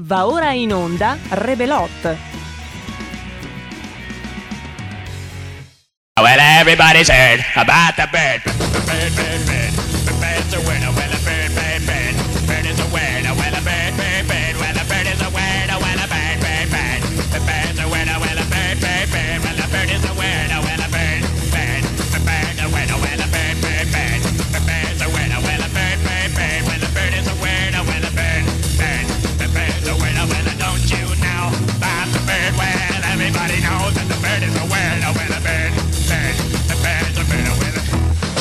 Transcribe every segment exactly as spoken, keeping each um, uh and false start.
Va ora in onda Rebelot. Well, everybody's heard about the bird. Bird, bird, bird. The bird's a winner. Well, a bird, bird, bird. Bird is a winner. Well, a bird, bird, bird. Well, a bird is a winner. Well, a bird, bird, bird. The bird's a winner. Well, a bird, bird, bird. Well, a bird is a winner. Well, a bird, bird. The bird's a winner. Well, a bird, bird, bird. The bird's a winner. Well, a bird, bird, bird. Well, the bird is a winner. Well, a bird, bird. The bird's a winner. Well, don't you know about the bird? Well, everybody knows that the bird is a winner. Well, a bird. The birds are better with it.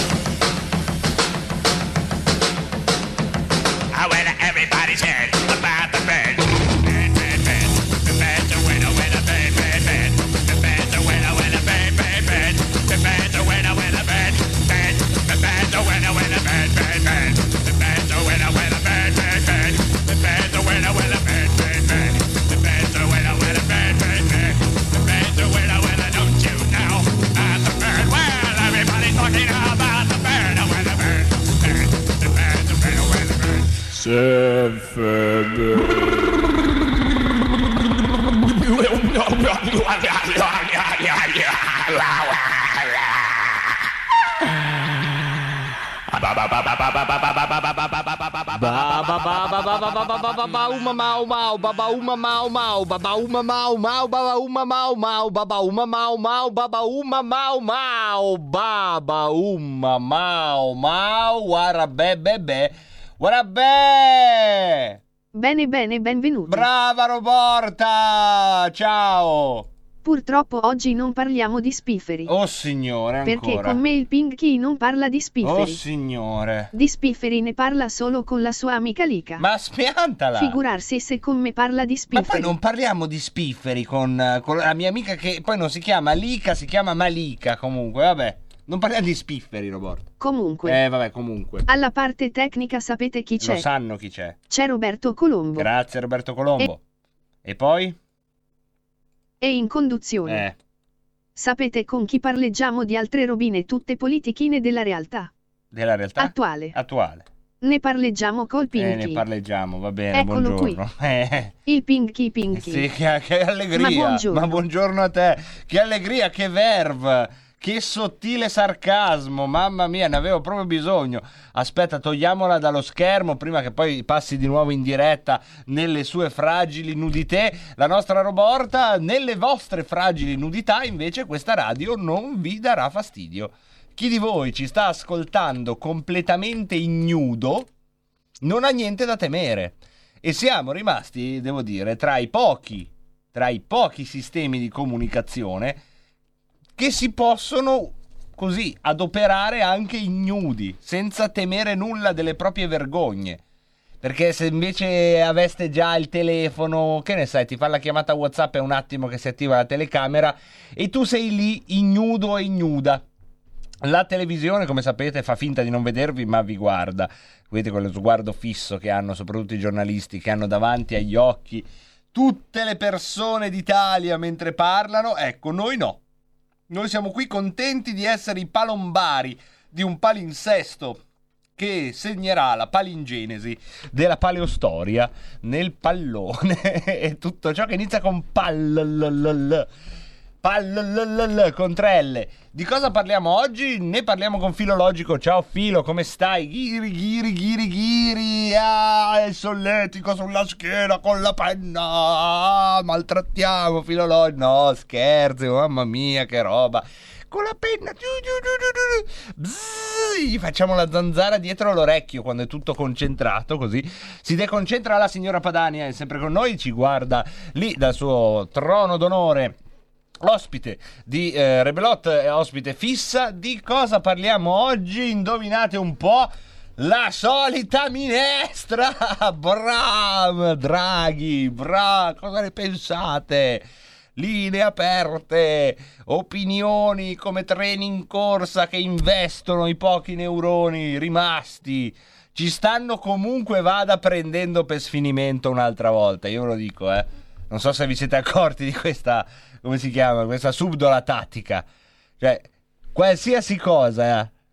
I went to everybody's head about the bird. Bird, bird, bird. The birds are winner, winner, bird, bird, bird. The birds are winner, winner, bird, bird, bird. The birds are winner, winner, bird, bird. The birds are winner, winner, bird, bird, bird. The birds are winner, winner, bird, bird, bird. The birds are winner, winner, bird, bird, bird. The birds are winner, winner, bird, bird, bird. The birds are winner, winner, don't you know? About the bird, well, everybody's talking about the bird, oh, well, the bird, bird, the bird, the bird, oh, well, the bird. Warabè! Bene, bene, benvenuti. Brava Roborta! Ciao! Purtroppo oggi non parliamo di spifferi. Oh signore, ancora. Perché con me il Pink Key non parla di spifferi. Oh signore. Di spifferi ne parla solo con la sua amica Lika. Ma spiantala! Figurarsi se con me parla di spifferi. Ma poi non parliamo di spifferi con, con la mia amica che poi non si chiama Lika, si chiama Malika comunque, vabbè. Non parliamo di spifferi, Roborta. Comunque. Eh, vabbè, comunque. Alla parte tecnica sapete chi c'è? Lo sanno chi c'è. C'è Roberto Colombo. Grazie Roberto Colombo. E, e poi? E in conduzione. Eh. Sapete con chi parleggiamo di altre robine tutte politichine della realtà? Della realtà? Attuale. Attuale. Ne parleggiamo col Pinky. Eh, ne parleggiamo, va bene, Eccolo buongiorno. qui. Eh. Il Pinky Pinky. Sì, che, che allegria. Ma buongiorno. Ma buongiorno a te. Che allegria, che verve. Che sottile sarcasmo, mamma mia, ne avevo proprio bisogno. Aspetta, togliamola dallo schermo prima che poi passi di nuovo in diretta nelle sue fragili nudità. La nostra Roborta, nelle vostre fragili nudità, invece questa radio non vi darà fastidio. Chi di voi ci sta ascoltando completamente ignudo non ha niente da temere. E siamo rimasti, devo dire, tra i pochi, tra i pochi sistemi di comunicazione che si possono così adoperare anche ignudi, senza temere nulla delle proprie vergogne. Perché se invece aveste già il telefono, che ne sai, ti fa la chiamata WhatsApp e un attimo che si attiva la telecamera e tu sei lì ignudo e ignuda. La televisione, come sapete, fa finta di non vedervi, ma vi guarda. Vedete quello sguardo fisso che hanno soprattutto i giornalisti, che hanno davanti agli occhi tutte le persone d'Italia mentre parlano. Ecco, noi no. Noi siamo qui contenti di essere i palombari di un palinsesto che segnerà la palingenesi della paleostoria nel pallone e tutto ciò che inizia con pall pall con tre L. Di cosa parliamo oggi? Ne parliamo con Filologico. Ciao Filo, come stai? Ghiri, ghiri, ghiri, ghiri. Ah, il solletico sulla schiena con la penna. Ah, maltrattiamo Filologico. No, scherzi, mamma mia, che roba. Con la penna. Bzzz, gli facciamo la zanzara dietro l'orecchio quando è tutto concentrato, così. Si deconcentra la signora Padania, è sempre con noi, ci guarda lì dal suo trono d'onore. Ospite di eh, Rebelot, ospite fissa. Di cosa parliamo oggi? Indovinate un po'. La solita minestra. Bram, Draghi, bra, cosa ne pensate? Linee aperte, opinioni come treni in corsa che investono i pochi neuroni rimasti. Ci stanno comunque, vada prendendo per sfinimento un'altra volta, io ve lo dico, eh. Non so se vi siete accorti di questa, come si chiama, questa subdola tattica. Cioè, qualsiasi cosa, eh,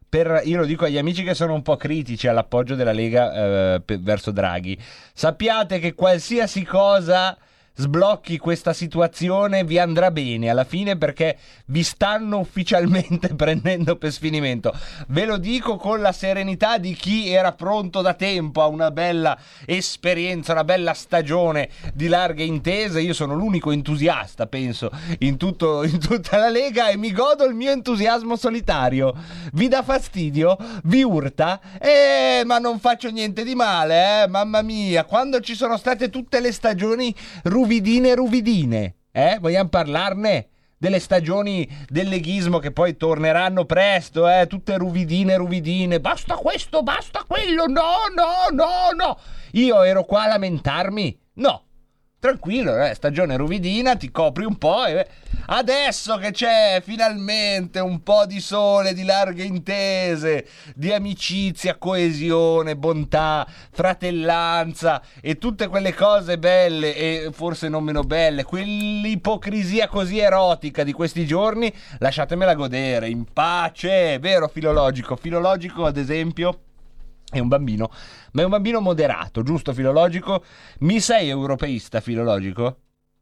per, io lo dico agli amici che sono un po' critici all'appoggio della Lega eh, per, verso Draghi, sappiate che qualsiasi cosa sblocchi questa situazione vi andrà bene alla fine, perché vi stanno ufficialmente prendendo per sfinimento. Ve lo dico con la serenità di chi era pronto da tempo a una bella esperienza, una bella stagione di larghe intese. Io sono l'unico entusiasta, penso, in, tutto, in tutta la Lega, e mi godo il mio entusiasmo solitario. Vi dà fastidio? Vi urta? Eh, ma non faccio niente di male, eh, mamma mia, quando ci sono state tutte le stagioni ruvidine ruvidine, eh? Vogliamo parlarne? Delle stagioni del leghismo che poi torneranno presto, eh? Tutte ruvidine ruvidine, basta questo, basta quello, no, no, no, no. Io ero qua a lamentarmi? No. Tranquillo, eh, stagione ruvidina, ti copri un po' e adesso che c'è finalmente un po' di sole, di larghe intese, di amicizia, coesione, bontà, fratellanza e tutte quelle cose belle e forse non meno belle, quell'ipocrisia così erotica di questi giorni, lasciatemela godere in pace, vero filologico? Filologico, ad esempio, è un bambino, ma è un bambino moderato, giusto filologico? Mi sei europeista filologico?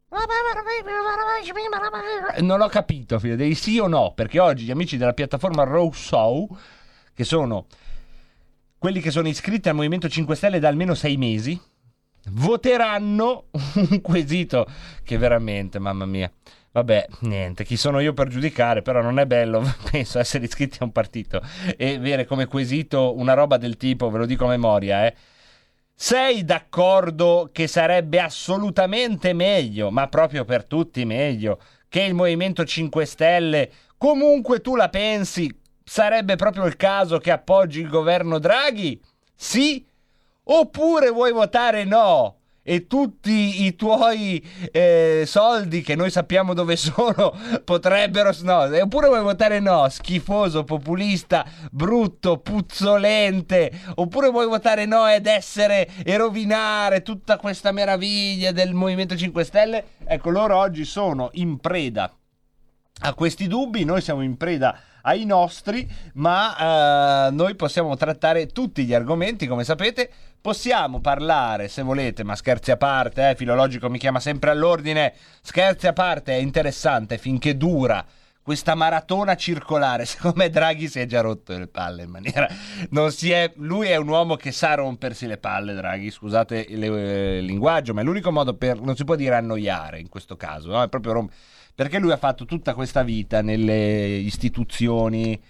Non ho capito, figlio, devi sì o no? Perché oggi gli amici della piattaforma Rousseau, che sono quelli che sono iscritti al Movimento cinque Stelle da almeno sei mesi, voteranno un quesito che veramente, mamma mia. Vabbè, niente, chi sono io per giudicare, però non è bello, penso, essere iscritti a un partito e avere come quesito una roba del tipo, ve lo dico a memoria, eh. Sei d'accordo che sarebbe assolutamente meglio, ma proprio per tutti meglio, che il Movimento cinque Stelle, comunque tu la pensi, sarebbe proprio il caso che appoggi il governo Draghi? Sì? Oppure vuoi votare no? E tutti i tuoi eh, soldi, che noi sappiamo dove sono, potrebbero... No, oppure vuoi votare no, schifoso, populista, brutto, puzzolente. Oppure vuoi votare no ed essere e rovinare tutta questa meraviglia del Movimento cinque Stelle? Ecco, loro oggi sono in preda a questi dubbi, noi siamo in preda ai nostri, ma eh, noi possiamo trattare tutti gli argomenti, come sapete. Possiamo parlare, se volete, ma scherzi a parte, eh, filologico mi chiama sempre all'ordine, scherzi a parte, è interessante finché dura questa maratona circolare. Secondo me Draghi si è già rotto le palle in maniera... Non si è... Lui è un uomo che sa rompersi le palle, Draghi, scusate il eh, linguaggio, ma è l'unico modo per... Non si può dire annoiare in questo caso, no? È proprio rom... Perché lui ha fatto tutta questa vita nelle istituzioni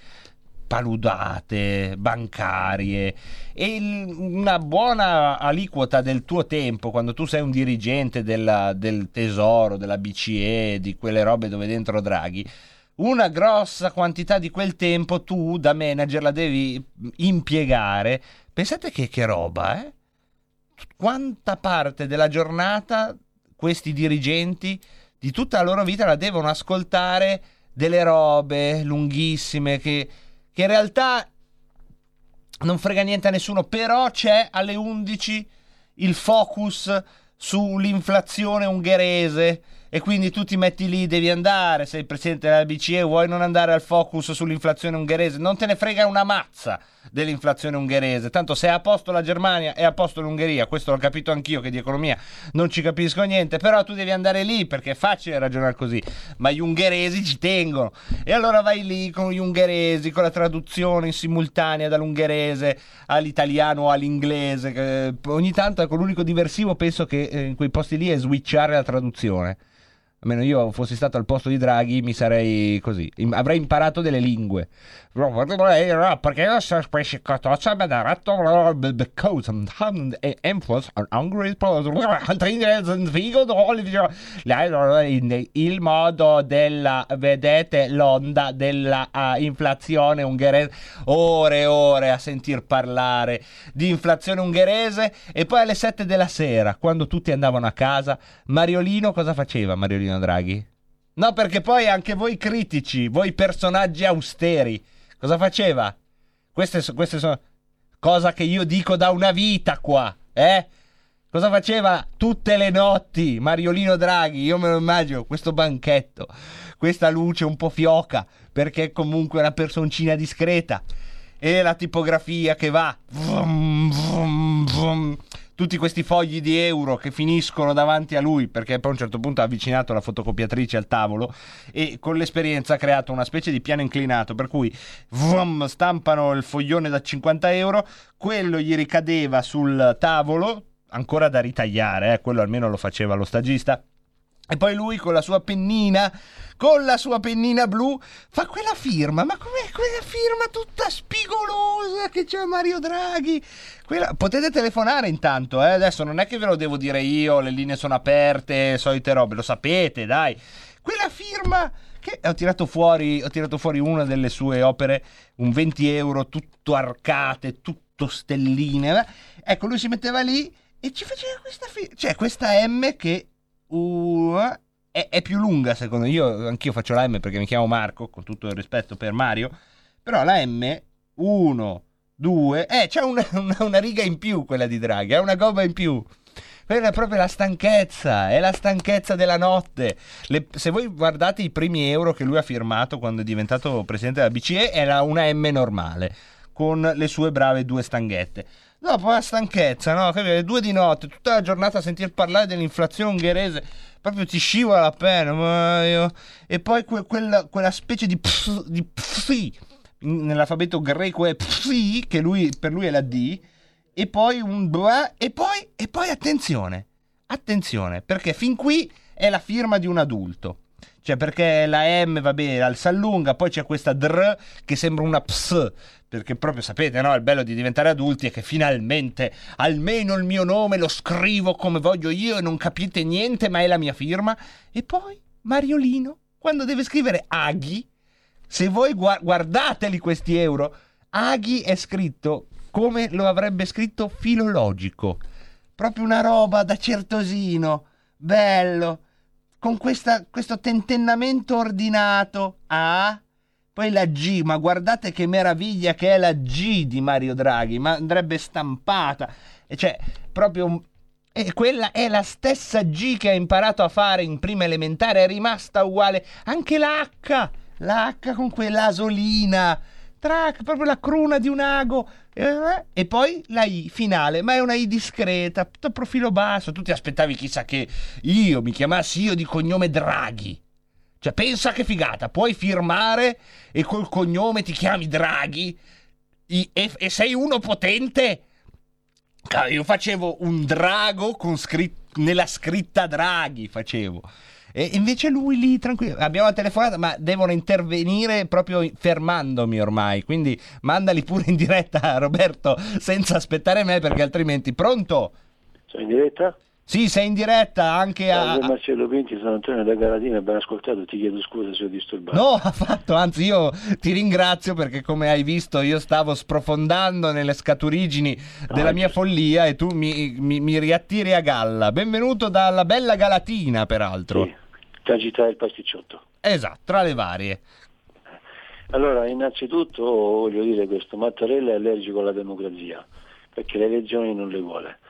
paludate, bancarie, e il, una buona aliquota del tuo tempo, quando tu sei un dirigente della, del Tesoro, della B C E, di quelle robe dove dentro Draghi, una grossa quantità di quel tempo tu da manager la devi impiegare. Pensate che, che roba, eh? Quanta parte della giornata questi dirigenti di tutta la loro vita la devono ascoltare delle robe lunghissime che, che in realtà non frega niente a nessuno, però c'è alle undici il focus sull'inflazione ungherese e quindi tu ti metti lì, devi andare, sei il presidente della B C E, vuoi non andare al focus sull'inflazione ungherese, non te ne frega una mazza dell'inflazione ungherese, tanto se è a posto la Germania è a posto l'Ungheria, questo l'ho capito anch'io che di economia non ci capisco niente, però tu devi andare lì perché è facile ragionare così, ma gli ungheresi ci tengono e allora vai lì con gli ungheresi, con la traduzione in simultanea dall'ungherese all'italiano o all'inglese, che ogni tanto ecco, l'unico diversivo penso che in quei posti lì è switchare la traduzione. Almeno io fossi stato al posto di Draghi mi sarei così, avrei imparato delle lingue perché io sono specificato il modo della, vedete l'onda della uh, inflazione ungherese, ore e ore a sentir parlare di inflazione ungherese e poi alle sette della sera quando tutti andavano a casa Mariolino cosa faceva Mariolino Draghi? No, perché poi anche voi critici, voi personaggi austeri, cosa faceva? Queste, queste sono cose che io dico da una vita qua, eh? Cosa faceva tutte le notti Mariolino Draghi? Io me lo immagino, questo banchetto, questa luce un po' fioca, perché è comunque una personcina discreta. e la tipografia che va, vum, vum, vum, tutti questi fogli di euro che finiscono davanti a lui, perché poi a un certo punto ha avvicinato la fotocopiatrice al tavolo e con l'esperienza ha creato una specie di piano inclinato per cui vum, stampano il foglione da cinquanta euro, quello gli ricadeva sul tavolo, ancora da ritagliare, eh, quello almeno lo faceva lo stagista, e poi lui con la sua pennina, con la sua pennina blu, fa quella firma, ma com'è quella firma tutta spigolosa che c'ha Mario Draghi? Quella... Potete telefonare intanto, eh? Adesso non è che ve lo devo dire io, le linee sono aperte, solite robe, lo sapete, dai. Quella firma che ho tirato fuori, ho tirato fuori una delle sue opere, un venti euro, tutto arcate, tutto stelline. Ecco, lui si metteva lì e ci faceva questa firma, cioè questa M che Uh, è, è più lunga secondo me. Io anch'io faccio la M perché mi chiamo Marco, con tutto il rispetto per Mario, però la M uno, due, eh, c'è una, una, una riga in più quella di Draghi, è una gobba in più. Quella è proprio la stanchezza, è la stanchezza della notte. Le, se voi guardate i primi euro che lui ha firmato quando è diventato presidente della B C E, era una M normale con le sue brave due stanghette. Dopo la stanchezza, no? Due di notte, tutta la giornata a sentir parlare dell'inflazione ungherese, proprio ti scivola la penna. Ma io... E poi que- quella, quella specie di pf, di psi, nell'alfabeto greco è psi, che lui, per lui è la D, e poi un bla, e poi, e poi attenzione, attenzione, perché fin qui è la firma di un adulto. Cioè perché la M, vabbè, si allunga, poi c'è questa dr che sembra una ps, perché proprio sapete, no? Il bello di diventare adulti è che finalmente almeno il mio nome lo scrivo come voglio io e non capite niente, ma è la mia firma. E poi Mariolino, quando deve scrivere Aghi, se voi gu- guardateli questi euro, Aghi è scritto come lo avrebbe scritto filologico, proprio una roba da certosino, bello, con questa, questo tentennamento ordinato. A, poi la G, ma guardate che meraviglia che è la G di Mario Draghi, ma andrebbe stampata, e cioè proprio, e quella è la stessa G che ha imparato a fare in prima elementare, è rimasta uguale, anche la H, la H con quell'asolina, track, proprio la cruna di un ago, eh, e poi la I finale, ma è una I discreta, tutto profilo basso. Tu ti aspettavi chissà che io mi chiamassi io di cognome Draghi, cioè pensa che figata, puoi firmare e col cognome ti chiami Draghi I, e, e sei uno potente. Io facevo un drago con scritto, nella scritta Draghi facevo. E invece lui lì tranquillo, abbiamo la telefonata, ma devono intervenire proprio fermandomi ormai, quindi mandali pure in diretta, Roberto, senza aspettare me, perché altrimenti... Pronto? Sei in diretta? Sì, sei in diretta anche a... Salve Marcello Pinti, sono Antonio da Galatina, ben ascoltato, ti chiedo scusa se ho disturbato. No, affatto, anzi io ti ringrazio perché come hai visto io stavo sprofondando nelle scaturigini della mia follia e tu mi, mi, mi riattiri a galla. Benvenuto dalla bella Galatina, peraltro. Sì, da città del pasticciotto. Esatto, tra le varie. Allora, innanzitutto voglio dire questo, Mattarella è allergico alla democrazia, perché le elezioni non le vuole.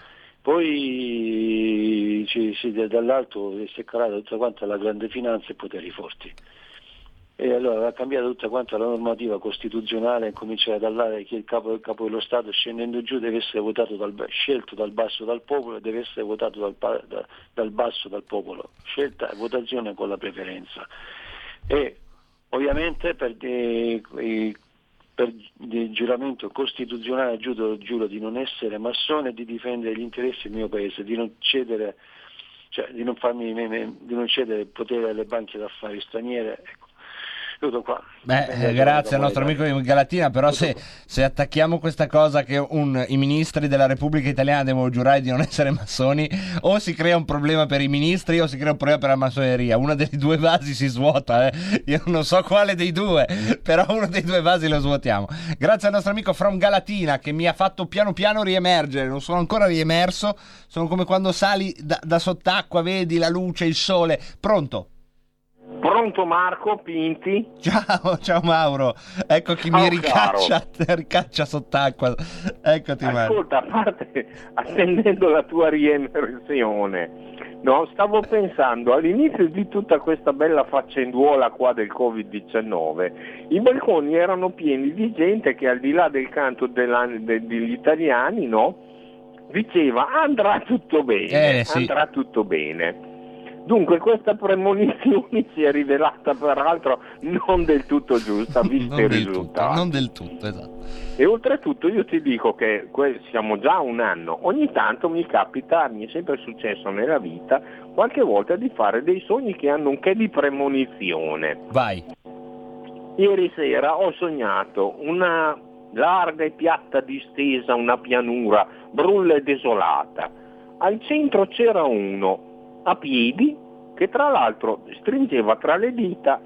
Poi ci, ci, dall'alto si è calata tutta quanta la grande finanza e poteri forti. E allora ha cambiato tutta quanta la normativa costituzionale e cominciare a dall'area che il capo, il capo dello Stato scendendo giù deve essere votato dal, scelto dal basso dal popolo e deve essere votato dal, da, dal basso dal popolo. Scelta e votazione con la preferenza. E ovviamente per dei, per il giuramento costituzionale giuro, giuro di non essere massone e di difendere gli interessi del mio paese, di non cedere, cioè di non farmi di non cedere potere alle banche d'affari straniere, ecco. Tutto qua. Beh, grazie al nostro amico di Galatina, però se, se attacchiamo questa cosa che un, i ministri della Repubblica Italiana devono giurare di non essere massoni, o si crea un problema per i ministri o si crea un problema per la massoneria. Una delle due vasi si svuota, eh. Io non so quale dei due, però uno dei due vasi lo svuotiamo. Grazie al nostro amico From Galatina che mi ha fatto piano piano riemergere. Non sono ancora riemerso, sono come quando sali da, da sott'acqua, vedi la luce, il sole. Pronto? Pronto? pronto Marco Pinti? Ciao, ciao Mauro. Ecco chi Ciao, mi ricaccia, ricaccia sott'acqua. Eccoti Mauro. Ascolta, a parte attendendo la tua riemersione, no, stavo pensando all'inizio di tutta questa bella faccenduola qua del covid diciannove, i balconi erano pieni di gente che al di là del canto della, de, degli italiani, no, diceva andrà tutto bene, eh, sì. andrà tutto bene. Dunque questa premonizione si è rivelata peraltro non del tutto giusta, visto non i del risultati. Tutto, non del tutto, esatto. E oltretutto io ti dico che que- siamo già a un anno, ogni tanto mi capita, mi è sempre successo nella vita, qualche volta di fare dei sogni che hanno un che di premonizione. Vai. Ieri sera ho sognato una larga e piatta distesa, una pianura brulla e desolata. Al centro c'era uno a piedi che tra l'altro stringeva tra le dita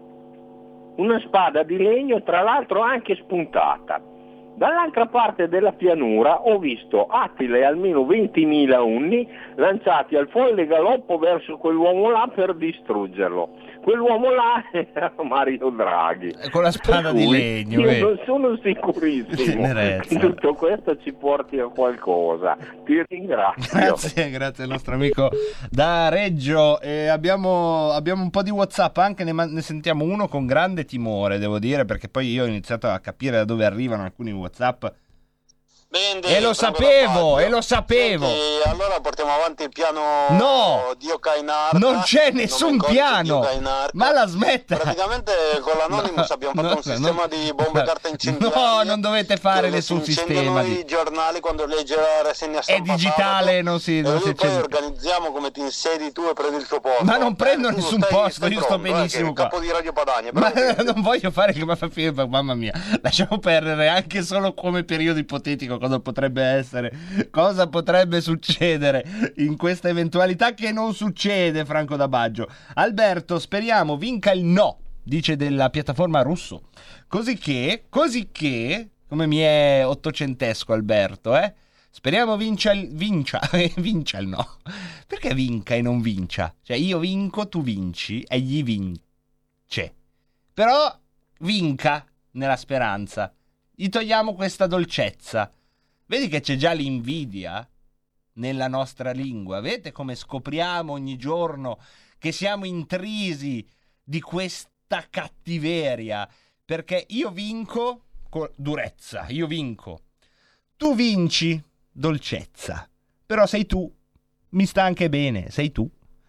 una spada di legno, tra l'altro anche spuntata. Dall'altra parte della pianura ho visto Attila e almeno ventimila unni lanciati al folle galoppo verso quell'uomo là per distruggerlo. Quell'uomo là era Mario Draghi. Con la spada di legno. Io vedi? non sono sicurissimo Tenerezza. che tutto questo ci porti a qualcosa. Ti ringrazio. Grazie, grazie al nostro amico da Reggio. Eh, abbiamo, abbiamo un po' di WhatsApp, anche ne, ne sentiamo uno con grande timore, devo dire, perché poi io ho iniziato a capire da dove arrivano alcuni WhatsApp. Bene, E lo sapevo, e lo sapevo. Senti, allora portiamo avanti il piano No, di Okainarca. non c'è nessun piano. Ma la smetta. Praticamente con l'Anonymous No, abbiamo fatto no, un sistema no. di bombe carta incendiarie. No, non dovete fare che nessun si incendiano sistema di- i giornali quando legge la rassegna È stampa digitale, sabato, non si, e non noi si poi accende. organizziamo come ti insedi tu e prendi il tuo posto. Ma non prendo Eh, tu nessun stai- posto, stai io sto pronto, eh, benissimo che qua. il capo di Radio Padania. Ma però- non voglio fare che mi fa film, mamma mia. Lasciamo perdere anche solo come periodo ipotetico cosa potrebbe essere, cosa potrebbe succedere in questa eventualità che non succede, Franco da Baggio. Alberto, speriamo vinca il no, dice della piattaforma Russo. Così che, così che, come mi è ottocentesco Alberto, eh? Speriamo vincia il, vincia, vincia il no. Perché vinca e non vincia? Cioè io vinco, tu vinci, egli vince. Però vinca nella speranza. Gli togliamo questa dolcezza. Vedi che c'è già l'invidia nella nostra lingua. Vedete come scopriamo ogni giorno che siamo intrisi di questa cattiveria. Perché io vinco con durezza, io vinco. Tu vinci dolcezza. Però sei tu. Mi sta anche bene, sei tu.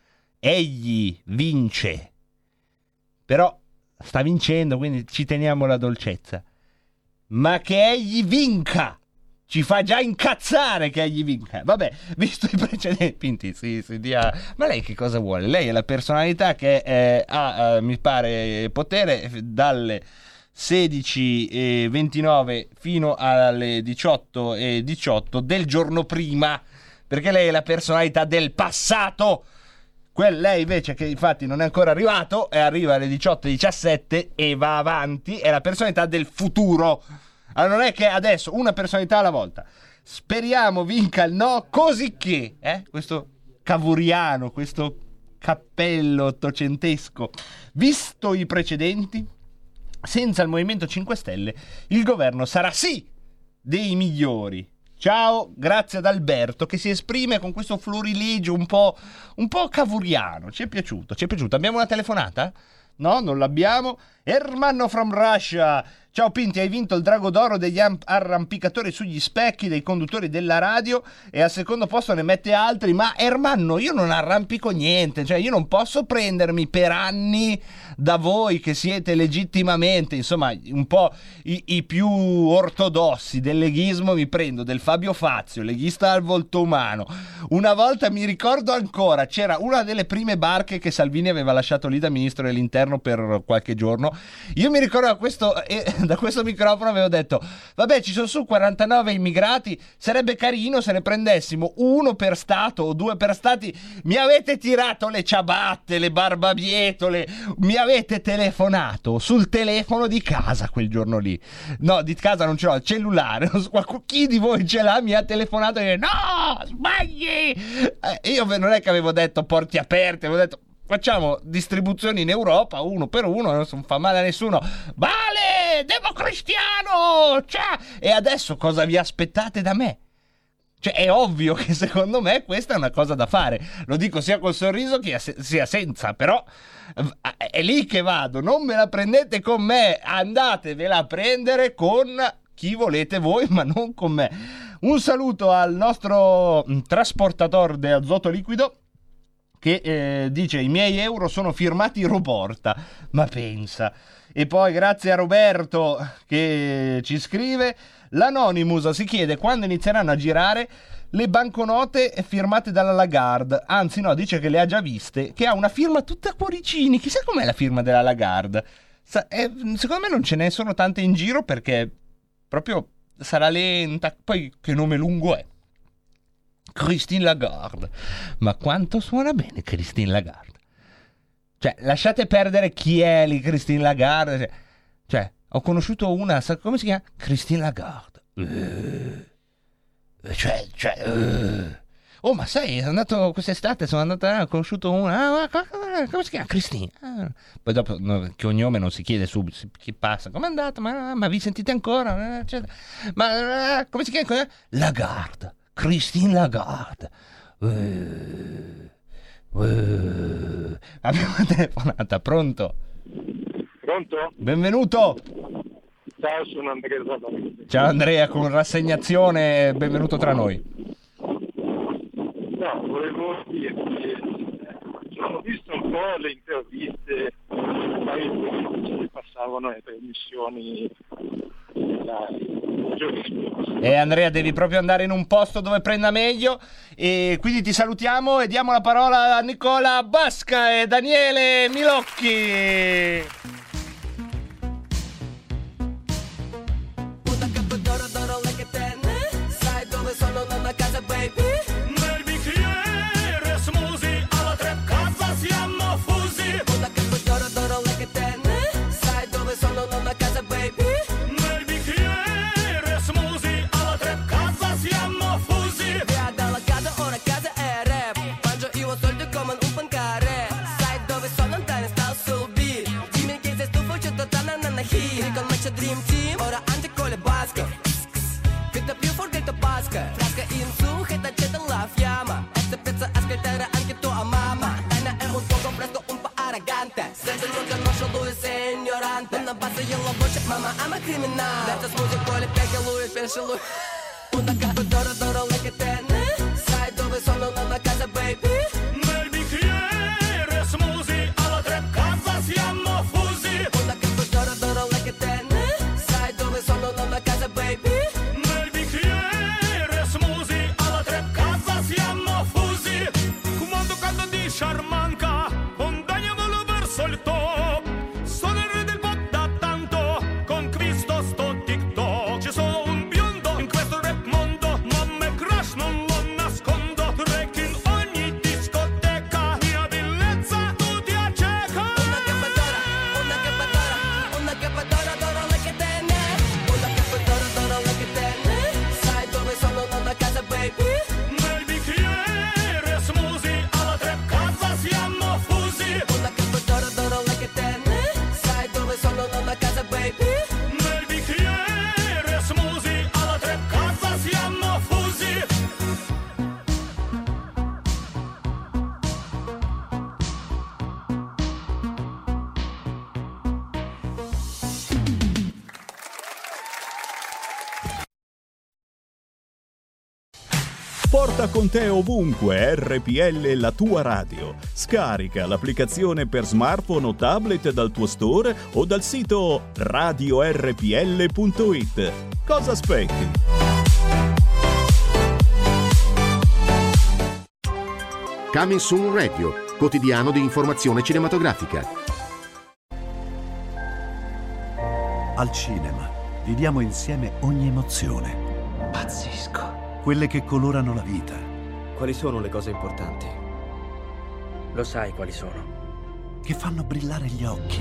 Egli vince. Però sta vincendo, quindi ci teniamo la dolcezza. Ma che egli vinca ci fa già incazzare che egli vinca. Vabbè, visto i precedenti Pinti, sì, sì, dia... ma lei che cosa vuole? Lei è la personalità che eh, ha, eh, mi pare, potere dalle sedici e ventinove fino alle diciotto e diciotto del giorno prima, perché lei è la personalità del passato. Quel, lei invece, che infatti non è ancora arrivato e arriva alle diciotto e diciassette e va avanti, è la personalità del futuro. Allora non è che adesso una personalità alla volta. Speriamo vinca il no, così che eh, questo cavuriano, questo cappello ottocentesco, visto i precedenti, senza il Movimento cinque Stelle il governo sarà sì dei migliori. Ciao, grazie ad Alberto che si esprime con questo florilegio un po', un po' cavuriano. Ci è piaciuto, ci è piaciuto. Abbiamo una telefonata? No, non l'abbiamo. Ermanno from Russia. Ciao Pinti, hai vinto il Drago d'Oro degli am- arrampicatori sugli specchi dei conduttori della radio e al secondo posto ne mette altri. Ma Ermanno, io non arrampico niente, cioè io non posso prendermi per anni da voi che siete legittimamente, insomma, un po' i, i più ortodossi del leghismo. Mi prendo del Fabio Fazio, leghista al volto umano. Una volta mi ricordo ancora, c'era una delle prime barche che Salvini aveva lasciato lì da ministro dell'interno per qualche giorno. Io mi ricordo a questo... Eh, da questo microfono avevo detto: vabbè, ci sono su quarantanove immigrati, sarebbe carino se ne prendessimo uno per stato o due per stati. Mi avete tirato le ciabatte, le barbabietole, mi avete telefonato sul telefono di casa quel giorno lì. No, di casa non ce l'ho, il cellulare. Chi di voi ce l'ha? Mi ha telefonato e dice: no, sbagli. Eh, io non è che avevo detto porti aperti, avevo detto facciamo distribuzioni in Europa uno per uno, non fa male a nessuno. Vale, democristiano, ciao! E adesso cosa vi aspettate da me? Cioè è ovvio che secondo me questa è una cosa da fare, lo dico sia col sorriso che sia senza, però è lì che vado, non me la prendete con me, andatevela a prendere con chi volete voi, ma non con me. Un saluto al nostro trasportatore di azoto liquido che eh, dice: i miei euro sono firmati Roborta, ma pensa. E poi grazie a Roberto che ci scrive: l'Anonymous si chiede quando inizieranno a girare le banconote firmate dalla Lagarde. Anzi no, dice che le ha già viste, che ha una firma tutta a cuoricini. Chissà com'è la firma della Lagarde. Sa- eh, secondo me non ce ne sono tante in giro, perché proprio sarà lenta. Poi che nome lungo è, Christine Lagarde. Ma quanto suona bene Christine Lagarde. Cioè, lasciate perdere chi è lì Christine Lagarde. Cioè, cioè ho conosciuto una, sa come si chiama? Christine Lagarde. Uh, cioè, cioè, uh. Oh, ma sai, sono andato quest'estate, sono andato, ho conosciuto una, ah, come si chiama? Christine. Ah. Poi dopo, no, cognome non si chiede subito, chi passa, com'è andata? Ma, ma vi sentite ancora? Eccetera. Ma, uh, come si chiama? Lagarde. Christine Lagarde. Uh. Uh, abbiamo una telefonata, pronto? Pronto? Benvenuto. Ciao, sono Andrea. Ciao Andrea, con rassegnazione, benvenuto tra noi. No, volevo dirti, ho visto un po' le interviste che passavano alle trasmissioni E eh, Andrea, devi proprio andare in un posto dove prenda meglio, e quindi ti salutiamo e diamo la parola a Nicola Basca e Daniele Milocchi. Sai dove sono, nonna casa baby? Nel bicchiere smoothie, alla tre casa siamo fusi. Una che poi d'oro d'oro lei che tenne. Sai dove sono, nonna casa baby? Nel bicchiere smoothie, alla tre casa siamo fusi. Via dalla casa, ora casa è rap. Mangio io ho soldi come un pancare. Sai dove sono, te ne stavo sul beat. Dimmi che sei stufo, c'è tutta una nana hit. Con me c'è Dream Team, ora anche con le basche. Più forgetto basca, frasca in su che t'accende la fiamma. E se pensa a ascoltare anche tua mamma. Dana è un poco fresco, un po' arrogante. Senza non conosce lui sei ignorante. Non abbassa la voce, mamma ama criminale. Senza smoothie poi le piace lui, pensa lui. Una capa d'oro d'oro lei che tenne. Sai dove sono, nonna casa baby? Nel bicchiere smoothie, alla tre casa siamo fusi. Una capa d'oro d'oro lei che tenne. Sai dove sono, nonna casa baby? Sciarmanca, condagliamolo verso il top. Sono il re del pop da tanto, conquisto sto TikTok. Ci sono un biondo in questo rap mondo, ma me crush non lo nascondo. Drag in ogni discoteca, mia bellezza tu ti acceca. Una cappa d'oro, una cappa d'oro, una cappa d'oro, d'oro lei che tenne. Una cappa d'oro, d'oro lei che tenne. Sai dove sono, nonna casa baby? Nel bicchiere smoothie, alla tre siamo fusi. Una cappa d'oro d'oro lei che tenne. Sai dove sono, nonna casa baby? Nel bicchiere smoothie, alla tre casa siamo fusi. Porta con te ovunque R P L, la tua radio. Scarica l'applicazione per smartphone o tablet dal tuo store o dal sito radio r p l punto i t. Cosa aspetti? Coming Soon Radio, quotidiano di informazione cinematografica. Al cinema viviamo insieme ogni emozione. Pazzesco. Quelle che colorano la vita. Quali sono le cose importanti? Lo sai quali sono? Che fanno brillare gli occhi.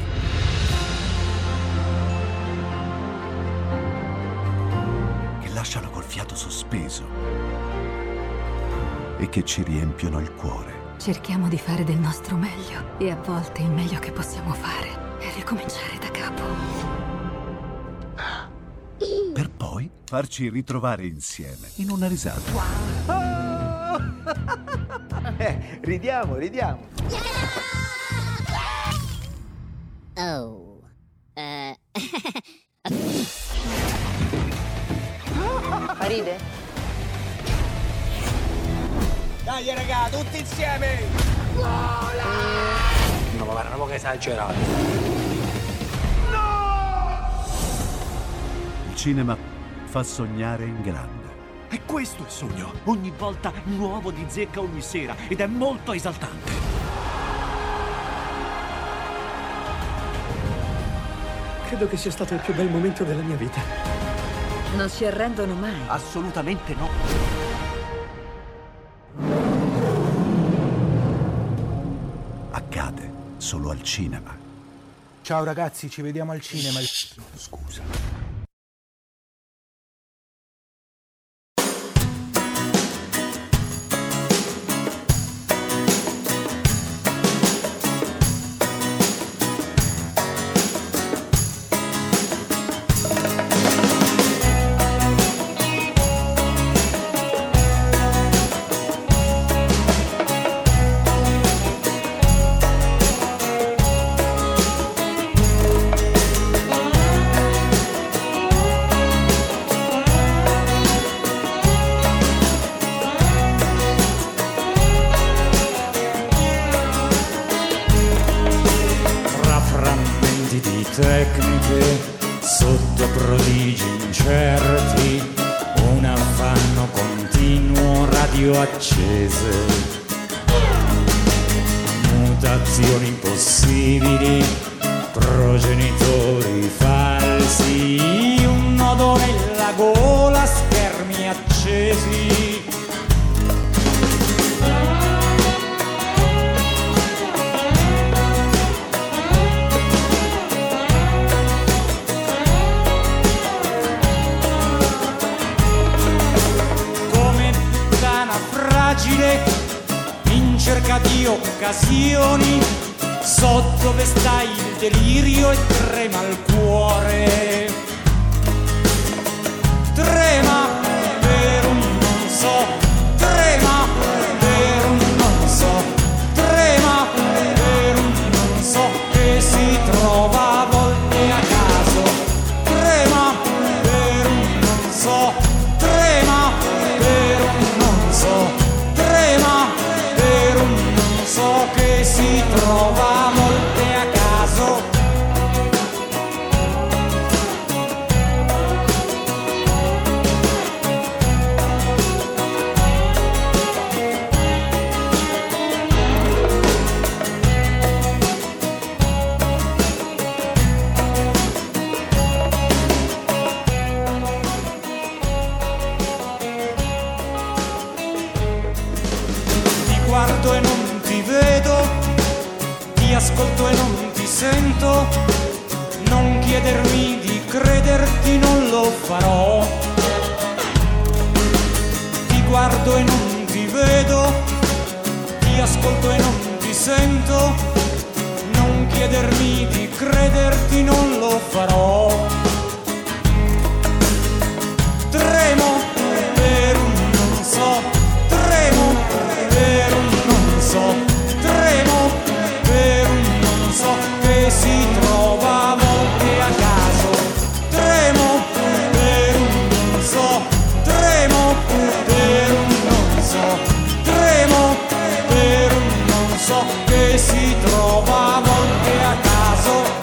Che lasciano col fiato sospeso. E che ci riempiono il cuore. Cerchiamo di fare del nostro meglio e a volte il meglio che possiamo fare è ricominciare da capo. Per poi farci ritrovare insieme in una risata. Eh, ridiamo, ridiamo. Oh. Eh. Ride? Dai raga, tutti insieme! Vola! No, ma guarda, un po' che esagerato. Il cinema fa sognare in grande. E questo è il sogno. Ogni volta nuovo di zecca ogni sera ed è molto esaltante. Credo che sia stato il più bel momento della mia vita. Non si arrendono mai. Assolutamente no. Accade solo al cinema. Ciao ragazzi, ci vediamo al cinema. Scusa. Tecniche sotto prodigi incerti, un affanno continuo, radio accese, mutazioni impossibili, progenitori falsi, un nodo nella gola, schermi accesi. In cerca di occasioni, so dove sta il delirio e trema il cuore. Trema per un non so, trema per un non so, trema per un non so che si trova a volte a caso. Trema per un non so, trema per un non so. Trema per un non so che si trova molte a caso. Guardo e non ti vedo, ti ascolto e non ti sento, non chiedermi di crederti, non lo farò. Ti guardo e non ti vedo, ti ascolto e non ti sento, non chiedermi di crederti, non lo farò. Tremo per un non so, tremo per un non so, tremo per un non so che si trova a volte a caso. Tremo per un non so, tremo per un non so, tremo per un non so che si trova a volte a caso.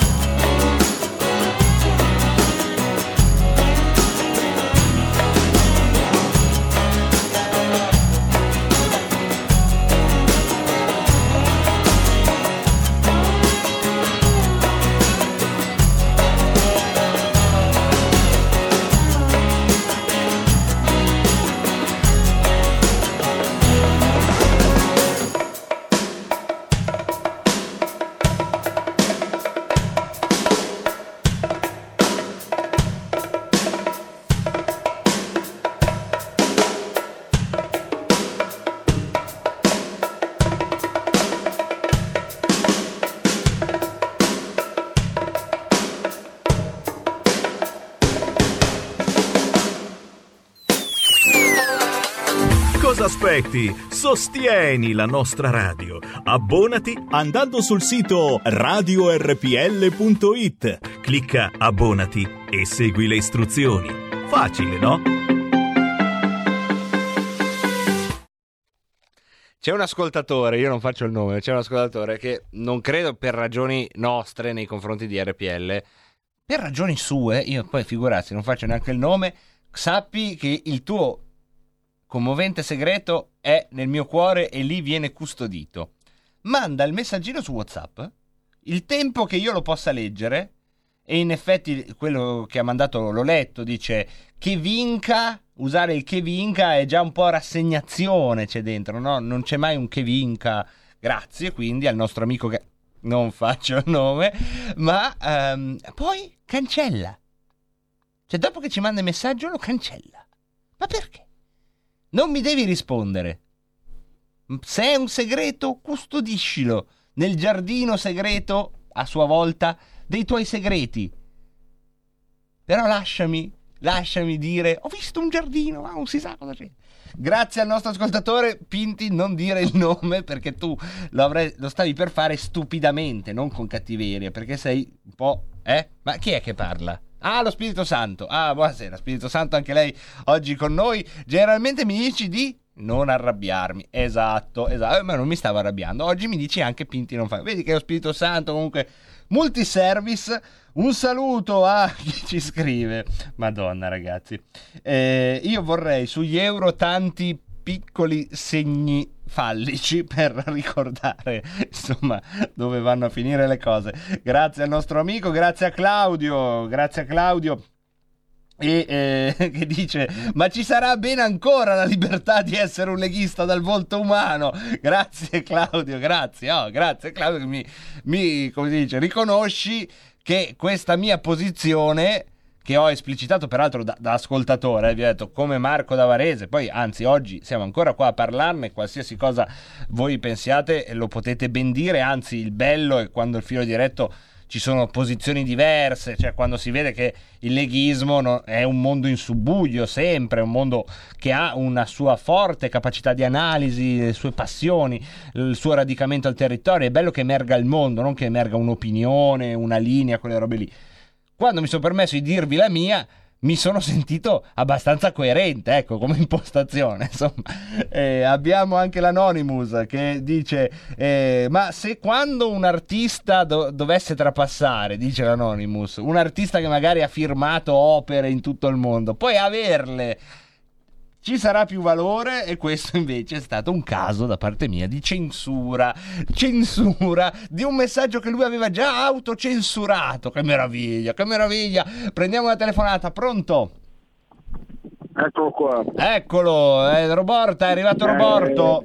aspetti? Sostieni la nostra radio. Abbonati andando sul sito radio erre pi elle punto it. Clicca abbonati e segui le istruzioni. Facile, no? C'è un ascoltatore, io non faccio il nome, c'è un ascoltatore che non credo per ragioni nostre nei confronti di erre pi elle, per ragioni sue, io poi figurarsi, non faccio neanche il nome, sappi che il tuo commovente segreto è nel mio cuore e lì viene custodito. Manda il messaggino su WhatsApp, il tempo che io lo possa leggere, e in effetti quello che ha mandato l'ho letto, dice che vinca, usare il che vinca è già un po' rassegnazione c'è dentro, no? Non c'è mai un che vinca, grazie quindi al nostro amico che non faccio il nome, ma um, poi cancella, cioè dopo che ci manda il messaggio lo cancella. Ma perché? Non mi devi rispondere. Se è un segreto, custodiscilo nel giardino segreto, a sua volta, dei tuoi segreti. Però lasciami, lasciami dire, ho visto un giardino, ma non si sa cosa c'è. Grazie al nostro ascoltatore. Pinti, non dire il nome, perché tu lo, avrei, lo stavi per fare stupidamente, non con cattiveria, perché sei un po'... Eh? Ma chi è che parla? Ah, lo Spirito Santo. Ah, buonasera, Spirito Santo, anche lei oggi con noi. Generalmente mi dici di non arrabbiarmi. Esatto, esatto. Eh, ma non mi stavo arrabbiando. Oggi mi dici anche Pinti non fa. Vedi che lo Spirito Santo comunque multiservice. Un saluto a chi ci scrive. Madonna, ragazzi. Eh, io vorrei sugli euro tanti piccoli segni fallici per ricordare insomma dove vanno a finire le cose. Grazie al nostro amico, grazie a Claudio, grazie a Claudio e eh, che dice ma ci sarà bene ancora la libertà di essere un leghista dal volto umano. Grazie Claudio, grazie, oh, grazie Claudio che mi, mi come si dice, riconosci che questa mia posizione, che ho esplicitato peraltro da, da ascoltatore, eh, vi ho detto come Marco da Varese, poi anzi oggi siamo ancora qua a parlarne, qualsiasi cosa voi pensiate lo potete ben dire, anzi il bello è quando il filo diretto ci sono posizioni diverse, cioè quando si vede che il leghismo no, è un mondo in subbuglio sempre, è un mondo che ha una sua forte capacità di analisi, le sue passioni, il suo radicamento al territorio, è bello che emerga il mondo, non che emerga un'opinione, una linea, quelle robe lì. Quando mi sono permesso di dirvi la mia, mi sono sentito abbastanza coerente, ecco, come impostazione, insomma. Eh, abbiamo anche l'Anonymous che dice, eh, ma se quando un artista do- dovesse trapassare, dice l'Anonymous, un artista che magari ha firmato opere in tutto il mondo, poi averle... ci sarà più valore, e questo invece è stato un caso da parte mia di censura, censura di un messaggio che lui aveva già autocensurato. Che meraviglia, che meraviglia. Prendiamo una telefonata, pronto? Eccolo qua. Eccolo, eh, Roborta, è arrivato Roborto.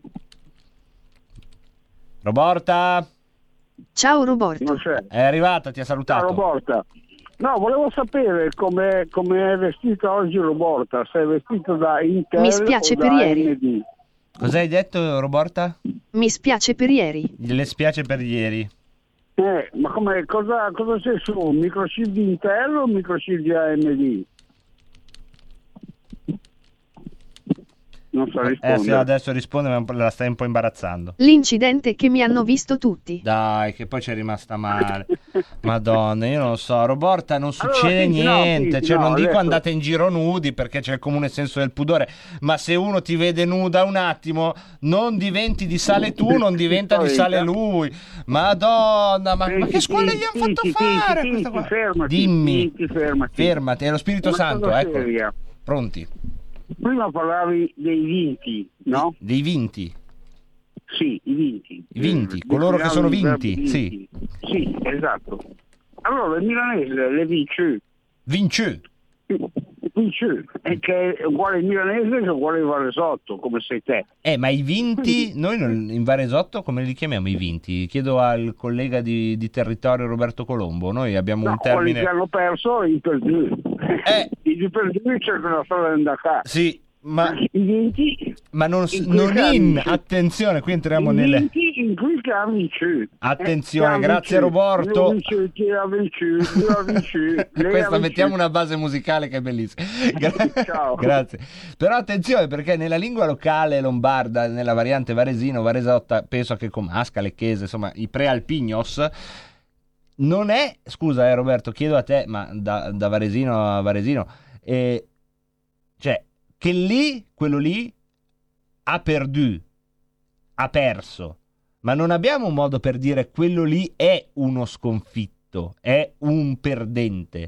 Roborta? Ciao Roborta. Non c'è. È arrivata, ti ha salutato. Ciao Roborta. No, volevo sapere come è vestita oggi Roborta, se è vestito da Intel. Mi spiace o per da ieri. A M D. Cosa hai detto, Roborta? Mi spiace per ieri. Le spiace per ieri. Eh, ma come, cosa, cosa c'è su? Microchip di Intel o microchip di A M D? Non so rispondere. Eh sì, adesso risponde, ma la stai un po' imbarazzando. L'incidente che mi hanno visto tutti. Dai, che poi c'è rimasta male. Madonna, io non lo so, Roborta, non succede allora, sì, niente. no, sì, cioè, no, non dico adesso... andate in giro nudi perché c'è il comune senso del pudore, ma se uno ti vede nuda un attimo, non diventi di sale tu, non diventa di sale lui. Madonna, ma, ma che scuola gli hanno fatto fare? Tinti, questa qua? fermati, Dimmi, tinti, fermati. fermati, è lo Spirito Una Santo, cosa ecco. seria. Pronti? Prima parlavi dei vinti, no? Dei vinti? Sì, i vinti. I vinti, Eh, coloro che sono vinti. vinti, sì. Sì, esatto. Allora il milanese, le vinci. Vinci. Vinci, è che è uguale il milanese che è uguale il Varesotto, come sei te. Eh, ma i vinti, noi non, in Varesotto come li chiamiamo i vinti? Chiedo al collega di, di territorio Roberto Colombo, noi abbiamo No, un termine... quelli che hanno perso i perdui. Eh. I perdui cercano la strada da qua. Sì, ma... I vinti... Ma non, in non quei in... casi- Attenzione, qui entriamo I nelle... vinti qui amici. Attenzione, Eh, grazie amici. Roberto. Amici, che amici, che amici, le Questa amici. mettiamo una base musicale che è bellissima. Gra- Ciao. Grazie. Però attenzione, perché nella lingua locale lombarda, nella variante varesino, varesotta, penso che comasca, lecchese, insomma, i prealpignos, non è, scusa eh Roberto, chiedo a te, ma da, da varesino a varesino, eh, cioè, che lì, quello lì, ha perdu, ha perso, ma non abbiamo un modo per dire quello lì è uno sconfitto, è un perdente.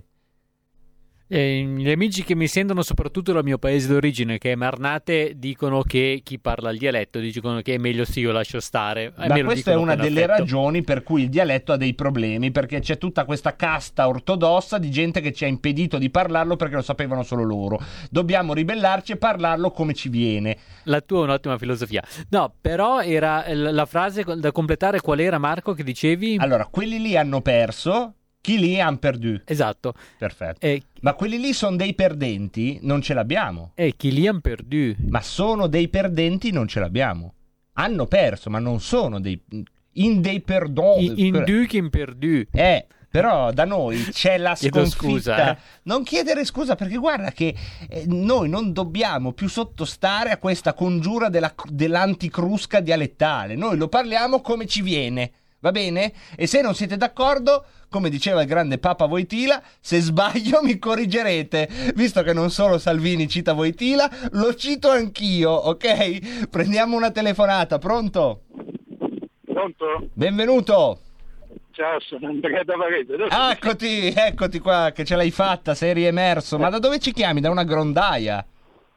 Eh, gli amici che mi sentono soprattutto dal mio paese d'origine, che è Marnate, dicono che chi parla il dialetto dicono che è meglio sì, io lascio stare. Eh, Ma me lo questa è dicono una con delle affetto. ragioni per cui il dialetto ha dei problemi, perché c'è tutta questa casta ortodossa di gente che ci ha impedito di parlarlo perché lo sapevano solo loro. Dobbiamo ribellarci e parlarlo come ci viene. La tua è un'ottima filosofia. No, però era l- la frase da completare, qual era, Marco, che dicevi? Allora, quelli lì hanno perso, chi lì han perdu. Esatto. Perfetto. E, Ma quelli lì sono dei perdenti? Non ce l'abbiamo. e chi li han perdu. Ma sono dei perdenti? Non ce l'abbiamo. Hanno perso, ma non sono dei... In dei perdoni. In du che in perdu. Eh, però da noi c'è la Chiedo sconfitta. scusa, eh. Non chiedere scusa, perché guarda che eh, noi non dobbiamo più sottostare a questa congiura della, dell'anticrusca dialettale. Noi lo parliamo come ci viene, va bene? E se non siete d'accordo, come diceva il grande Papa Wojtyla, se sbaglio mi corrigerete. Visto che non solo Salvini cita Wojtyla, lo cito anch'io, ok? Prendiamo una telefonata, pronto? Pronto? Benvenuto. Ciao, sono Andrea da Varese. Adesso Ah, eccoti, eccoti qua, che ce l'hai fatta, sei riemerso. Ma da dove ci chiami? Da una grondaia?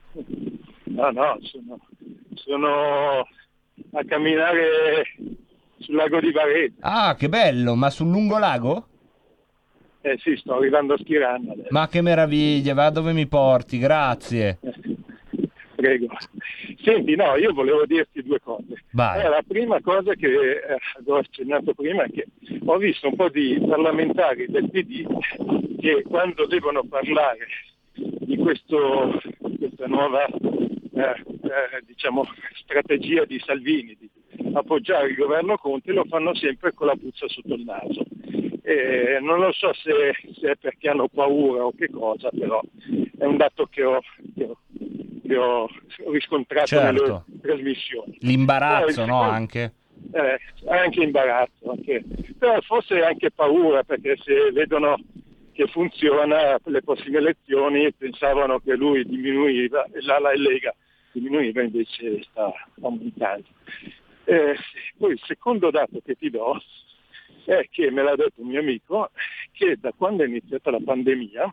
No, no, sono, sono a camminare sul lago di Varese. Ah, che bello, ma sul lungolago? Eh sì, sto arrivando a Schirano adesso. Ma che meraviglia, va dove mi porti, grazie. Prego. Senti, no, io volevo dirti due cose. Vai. Eh, la prima cosa che eh, avevo accennato prima è che ho visto un po' di parlamentari del P D che quando devono parlare di questo, questa nuova eh, eh, diciamo, strategia di Salvini di appoggiare il governo Conte, lo fanno sempre con la puzza sotto il naso. E non lo so se, se è perché hanno paura o che cosa, però è un dato che ho, che ho, che ho riscontrato Certo. nelle trasmissioni. L'imbarazzo, Poi, no, anche? Eh, anche imbarazzo, anche. Però forse anche paura, perché se vedono che funziona le prossime elezioni pensavano che lui diminuiva e l'ala e Lega diminuiva, invece sta aumentando. Eh, poi il secondo dato che ti do è che me l'ha detto un mio amico che da quando è iniziata la pandemia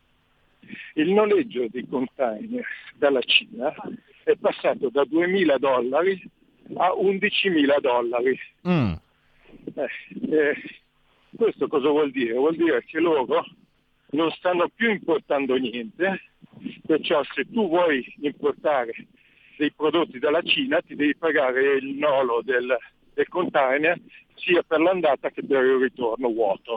il noleggio dei container dalla Cina è passato da duemila dollari a undicimila dollari. Mm. Eh, eh, questo cosa vuol dire? Vuol dire che loro non stanno più importando niente, perciò se tu vuoi importare dei prodotti dalla Cina ti devi pagare il nolo del, del container sia per l'andata che per il ritorno vuoto.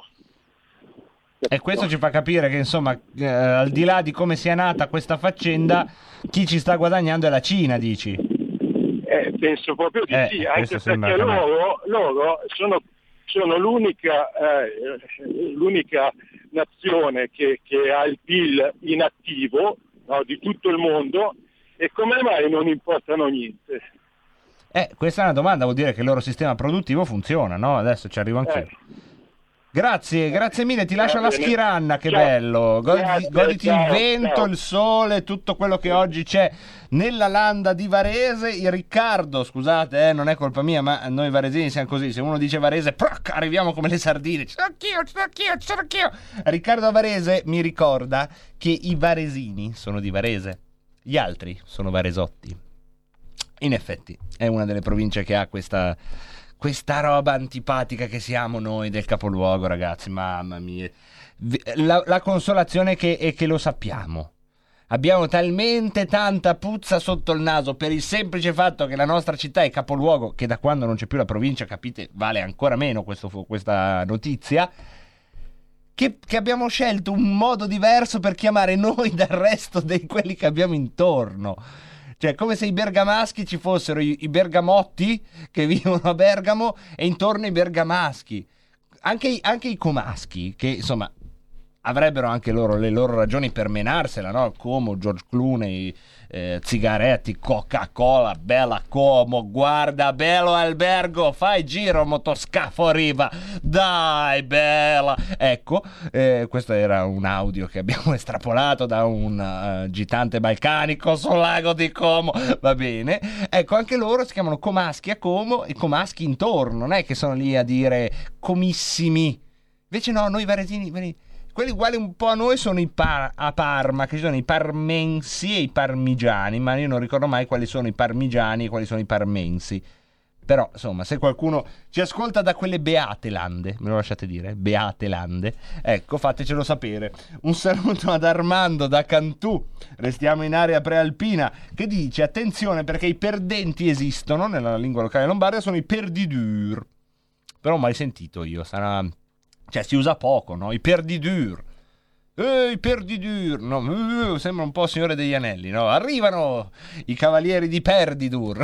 E questo ci fa capire che, insomma, eh, al di là di come sia nata questa faccenda, chi ci sta guadagnando è la Cina, dici? Eh, penso proprio di Eh, sì, anche questo sembra perché che a me- loro, loro sono, sono l'unica, eh, l'unica nazione che, che ha il P I L in attivo, no, di tutto il mondo, e come mai non importano niente? Eh, questa è una domanda, vuol dire che il loro sistema produttivo funziona, no? Adesso ci arrivo anch'io. Eh. Grazie, grazie mille, ti lascio Va alla bene. Schiranna, che Ciao. bello. Godi- Grazie, goditi ciao, il vento, ciao. il sole, tutto quello che oggi c'è nella landa di Varese. Il Riccardo, scusate, eh, non è colpa mia, ma noi varesini siamo così. Se uno dice Varese, proc, arriviamo come le sardine. Ci sono anch'io, ci sono anch'io, ci sono anch'io. Riccardo Varese mi ricorda che i varesini sono di Varese, gli altri sono varesotti. In effetti, è una delle province che ha questa... questa roba antipatica che siamo noi del capoluogo, ragazzi, mamma mia. Vi- La, la consolazione è che, è che lo sappiamo. Abbiamo talmente tanta puzza sotto il naso per il semplice fatto che la nostra città è capoluogo, che da quando non c'è più la provincia, capite, vale ancora meno questo, questa notizia, che, che abbiamo scelto un modo diverso per chiamare noi dal resto di quelli che abbiamo intorno. Cioè, come se i bergamaschi ci fossero i, i bergamotti che vivono a Bergamo e intorno i bergamaschi. Anche i, anche i comaschi, che insomma avrebbero anche loro le loro ragioni per menarsela, no? Como, George Clooney, eh, Zigaretti, Coca-Cola, bella Como, guarda, bello albergo, fai giro, motoscafo arriva, dai, bella. Ecco, eh, questo era un audio che abbiamo estrapolato da un uh, gigante balcanico sul lago di Como, va bene. Ecco, anche loro si chiamano comaschi a Como e comaschi intorno, non è che sono lì a dire comissimi. Invece no, noi varesini, quelli uguali un po' a noi sono i par- a Parma, che ci sono i parmensi e i parmigiani, ma io non ricordo mai quali sono i parmigiani e quali sono i parmensi. Però, insomma, se qualcuno ci ascolta da quelle beate lande, me lo lasciate dire, beate lande, ecco, fatecelo sapere. Un saluto ad Armando da Cantù, restiamo in area prealpina, che dice, attenzione perché i perdenti esistono, nella lingua locale lombarda sono i perdidur. Però mai sentito io, sarà... Cioè si usa poco, no? I perdidur. Eh, i perdidur. No, uh, sembra un po' Signore degli Anelli, no? Arrivano i cavalieri di Perdidur.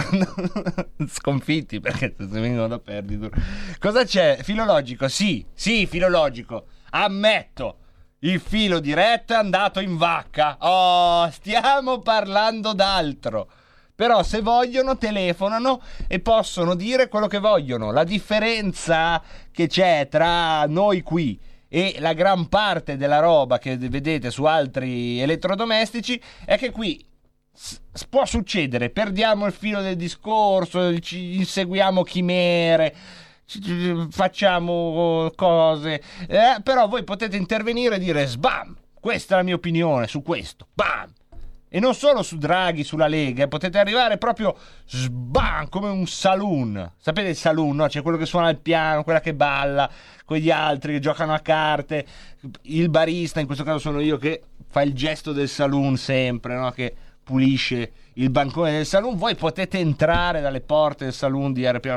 Sconfitti perché se vengono da Perdidur. Cosa c'è? Filologico? Sì, sì, filologico. Ammetto. Il filo diretto è andato in vacca. Oh, stiamo parlando d'altro. Però se vogliono telefonano e possono dire quello che vogliono. La differenza che c'è tra noi qui e la gran parte della roba che vedete su altri elettrodomestici è che qui s- può succedere, perdiamo il filo del discorso, ci inseguiamo chimere, ci- facciamo cose, eh, però voi potete intervenire e dire sbam, questa è la mia opinione su questo, bam. E non solo su Draghi, sulla Lega, potete arrivare proprio sbam, come un saloon. Sapete il saloon, no? C'è quello che suona il piano, quella che balla, quegli altri che giocano a carte, il barista, in questo caso sono io, che fa il gesto del saloon sempre, no? Che pulisce il bancone del saloon. Voi potete entrare dalle porte del saloon di R P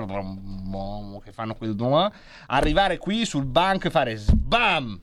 L, che fanno quel domo, arrivare qui sul banco e fare sbam.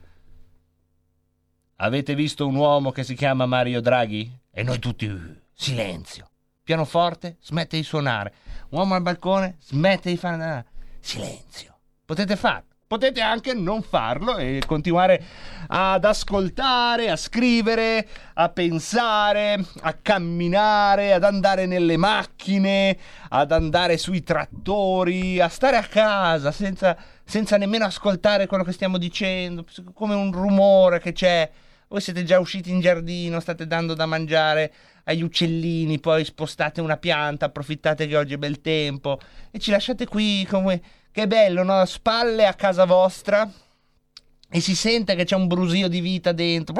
Avete visto un uomo che si chiama Mario Draghi? E noi tutti, uh, silenzio. Pianoforte, smette di suonare. Uomo al balcone, smette di fare... Silenzio. Potete farlo. Potete anche non farlo e continuare ad ascoltare, a scrivere, a pensare, a camminare, ad andare nelle macchine, ad andare sui trattori, a stare a casa senza, senza nemmeno ascoltare quello che stiamo dicendo, come un rumore che c'è. Voi siete già usciti in giardino, state dando da mangiare agli uccellini, poi spostate una pianta, approfittate che oggi è bel tempo e ci lasciate qui come... Che bello, no? Spalle a casa vostra e si sente che c'è un brusio di vita dentro.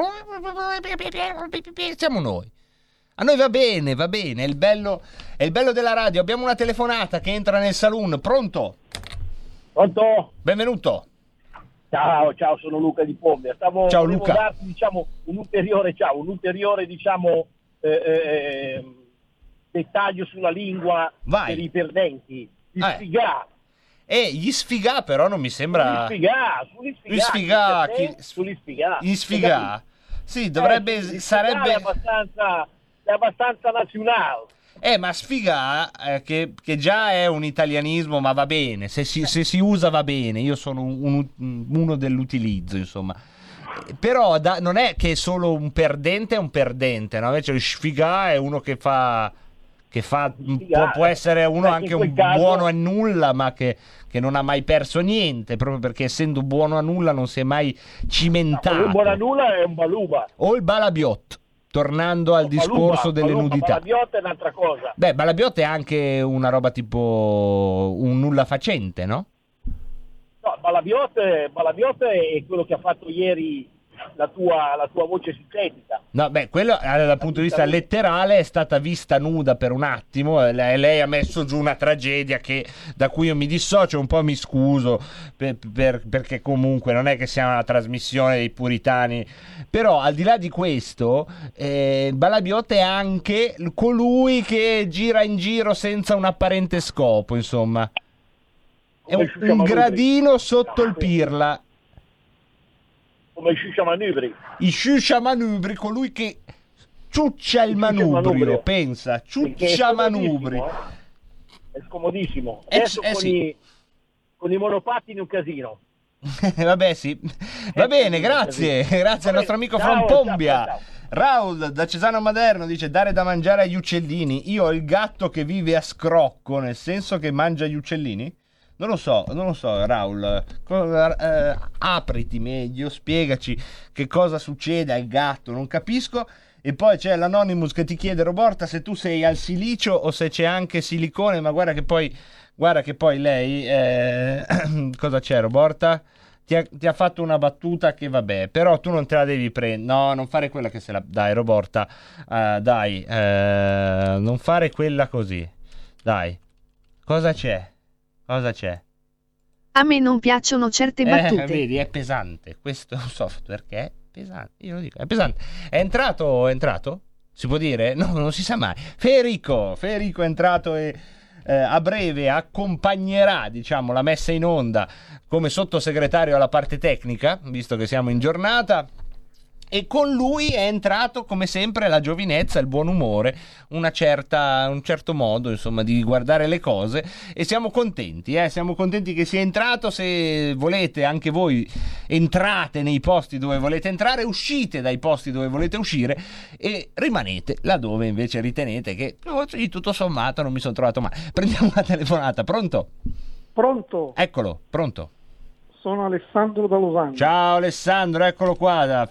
Siamo noi. A noi va bene, va bene, è il bello, è il bello della radio. Abbiamo una telefonata che entra nel saloon. Pronto? Pronto? Benvenuto. Ciao, ciao, sono Luca di Pombia. Stavo ciao volevo Luca. darti, diciamo, un ulteriore, ciao, un ulteriore, diciamo, eh, eh, dettaglio sulla lingua Vai. per i perdenti. Gli Eh. sfigà. Eh, gli sfigà però non mi sembra... Gli sfigà, sugli sfigà. Gli sfigà, chi- chi- sugli sfigà. Gli sfigà? Sì, dovrebbe... Eh, gli sfigà sarebbe... È abbastanza, è abbastanza nazionale. Eh, ma sfigà, eh, che, che già è un italianismo, ma va bene, se si, se si usa va bene, io sono un- un- uno dell'utilizzo, insomma. Però da- non è che solo un perdente è un perdente, no? Invece il sfigà è uno che fa... che fa può, può essere uno Perché anche in quel un caso- buono a nulla, ma che, che non ha mai perso niente, proprio perché essendo buono a nulla non si è mai cimentato. Un buon a nulla è un baluba. O il balabiot, tornando al discorso Baluba, delle baluba, nudità. Balabiotta è un'altra cosa. Beh, balabiot è anche una roba tipo un nulla facente, no? No, Balabiot, Balabiot è quello che ha fatto ieri la tua, la tua voce sintetica. No, beh, quello eh, dal punto di vista letterale è stata vista nuda per un attimo e lei, lei ha messo giù una tragedia che, da cui io mi dissocio, un po' mi scuso per, per- perché comunque non è che sia una trasmissione dei puritani, però al di là di questo eh, Balabiot è anche colui che gira in giro senza un apparente scopo, insomma è un, un gradino sotto il pirla, Come il Sciuscia Manubri. il Sciuscia Manubri, colui che Ciuccia il manubrio, manubrio. pensa, Perché è ciuccia scomodissimo, manubri. eh. È scomodissimo. Eh, Adesso eh, con, sì. i, con i monopattini un casino. Vabbè, sì. Va Eh, bene, sì, grazie. sì. Grazie al Va nostro bene. amico Ciao, From Pombia. ciao, ciao. Raul da Cesano Maderno dice: dare da mangiare agli uccellini. Io ho il gatto che vive a scrocco, nel senso che mangia gli uccellini? Non lo so, non lo so, Raul. Co- eh, apriti meglio, spiegaci che cosa succede al gatto, non capisco. E poi c'è l'Anonymous che ti chiede: Roborta, se tu sei al silicio o se c'è anche silicone, ma guarda che poi, guarda che poi lei, eh, cosa c'è, Roborta? Ti ha, ti ha fatto una battuta che vabbè, però tu non te la devi prendere. No, non fare quella che se la... Dai, Roborta, uh, dai, uh, non fare quella così. Dai, cosa c'è? Cosa c'è? A me non piacciono certe battute. Eh, vedi, è pesante. Questo è un software che è pesante. Io lo dico, è pesante. È entrato, è entrato? Si può dire? No, non si sa mai. Federico, Federico è entrato e eh, a breve accompagnerà, diciamo, la messa in onda come sottosegretario alla parte tecnica, visto che siamo in giornata. E con lui è entrato, come sempre, la giovinezza, il buon umore, una certa, un certo modo, insomma, di guardare le cose. E siamo contenti, eh? Siamo contenti che sia entrato. Se volete, anche voi, entrate nei posti dove volete entrare, uscite dai posti dove volete uscire e rimanete laddove invece ritenete che, oh, sì, tutto sommato, non mi sono trovato male. Prendiamo una telefonata, pronto? Pronto? Eccolo, pronto. Sono Alessandro da Losanna. Ciao Alessandro, eccolo qua. Da...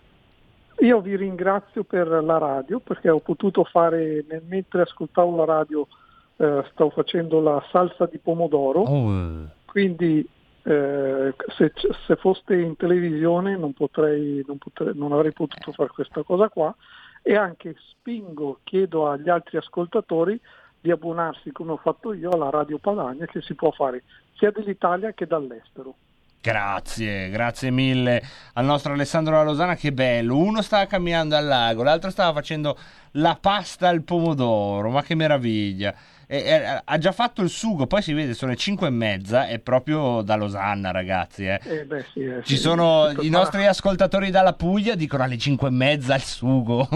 Io vi ringrazio per la radio perché ho potuto fare, nel, mentre ascoltavo la radio, eh, stavo facendo la salsa di pomodoro, oh. quindi eh, se, se foste in televisione non, potrei, non, potrei, non avrei potuto fare questa cosa qua, e anche spingo, chiedo agli altri ascoltatori di abbonarsi, come ho fatto io, alla Radio Padania, che si può fare sia dall'Italia che dall'estero. Grazie, grazie mille al nostro Alessandro da Losana, che bello. Uno stava camminando al lago, l'altro stava facendo la pasta al pomodoro, ma che meraviglia. E, e, ha già fatto il sugo, poi si vede, sono le cinque e mezza, è proprio da Losanna, ragazzi. Eh. Eh beh, sì, eh, Ci sì, sono sì, i nostri ascoltatori dalla Puglia, dicono alle cinque e mezza il sugo.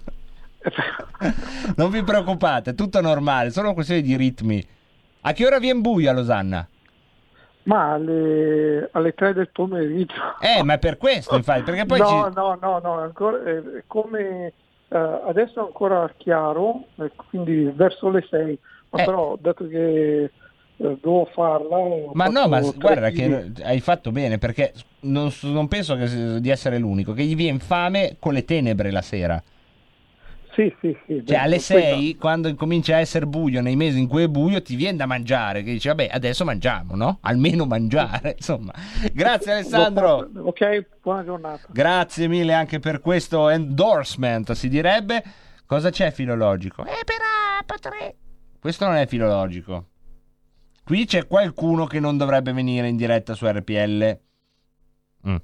Non vi preoccupate, tutto normale, solo questione di ritmi. A che ora viene buio a Losanna? Ma alle, alle tre del pomeriggio. Eh, ma è per questo, infatti, perché poi no, ci... no, no, no, ancora, eh, come eh, adesso è ancora chiaro, eh, quindi verso le sei, ma Eh. però dato che eh, devo farla... ho Ma no, fatto ma tre guarda chili. che hai fatto bene, perché non, non penso che, di essere l'unico, che gli viene fame con le tenebre la sera. Sì, sì, sì. Cioè alle Poi- sei, quando incomincia a essere buio, nei mesi in cui è buio, ti viene da mangiare, che dici vabbè adesso mangiamo, no? Almeno mangiare, insomma. Grazie Alessandro. Ok, buona giornata. Grazie mille anche per questo endorsement, si direbbe. Cosa c'è filologico? Eh però, tre. Questo non è filologico. Qui c'è qualcuno che non dovrebbe venire in diretta su R P L. Mm.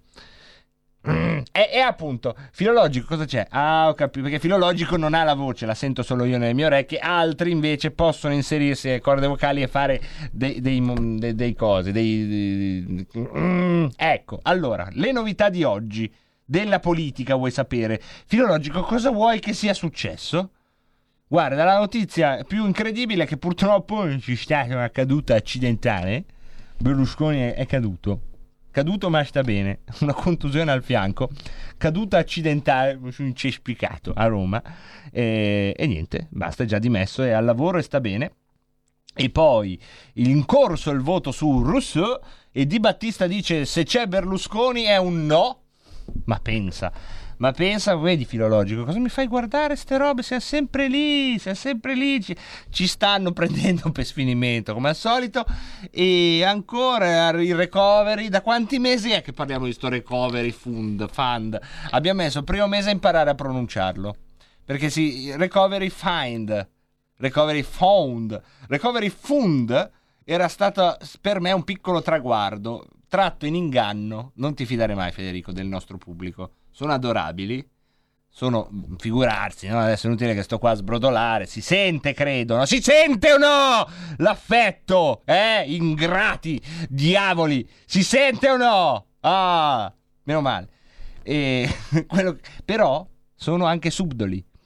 Mm. E, e appunto, filologico cosa c'è? Ah, ho capito, perché filologico non ha la voce, la sento solo io nelle mie orecchie, altri invece possono inserirsi le corde vocali e fare dei, dei, dei, dei cose, dei, dei... Mm. Ecco, allora, le novità di oggi della politica vuoi sapere? Filologico, cosa vuoi che sia successo? Guarda, la notizia più incredibile è che purtroppo c'è stata una caduta accidentale. Berlusconi è, è caduto. Caduto ma sta bene. Una contusione al fianco. Caduta accidentale su un incespicato a Roma. E, e niente, basta, è già dimesso, è al lavoro e sta bene. E poi in corso il voto su Rousseau e Di Battista dice se c'è Berlusconi è un no. Ma pensa... Ma pensa, vedi filologico, cosa mi fai guardare ste robe? Siamo sempre lì, siamo sempre lì, ci, ci stanno prendendo per sfinimento come al solito. E ancora il recovery, da quanti mesi è che parliamo di sto recovery fund, fund? Abbiamo messo il primo mese a imparare a pronunciarlo, perché si, recovery find, recovery found, recovery fund era stato per me un piccolo traguardo, tratto in inganno. Non ti fidare mai, Federico, del nostro pubblico. Sono adorabili, sono, figurarsi, no? Adesso è inutile che sto qua a sbrodolare, si sente, credo, no? Si sente o no? L'affetto, eh? Ingrati, diavoli, si sente o no? Ah, meno male. E quello, però sono anche subdoli,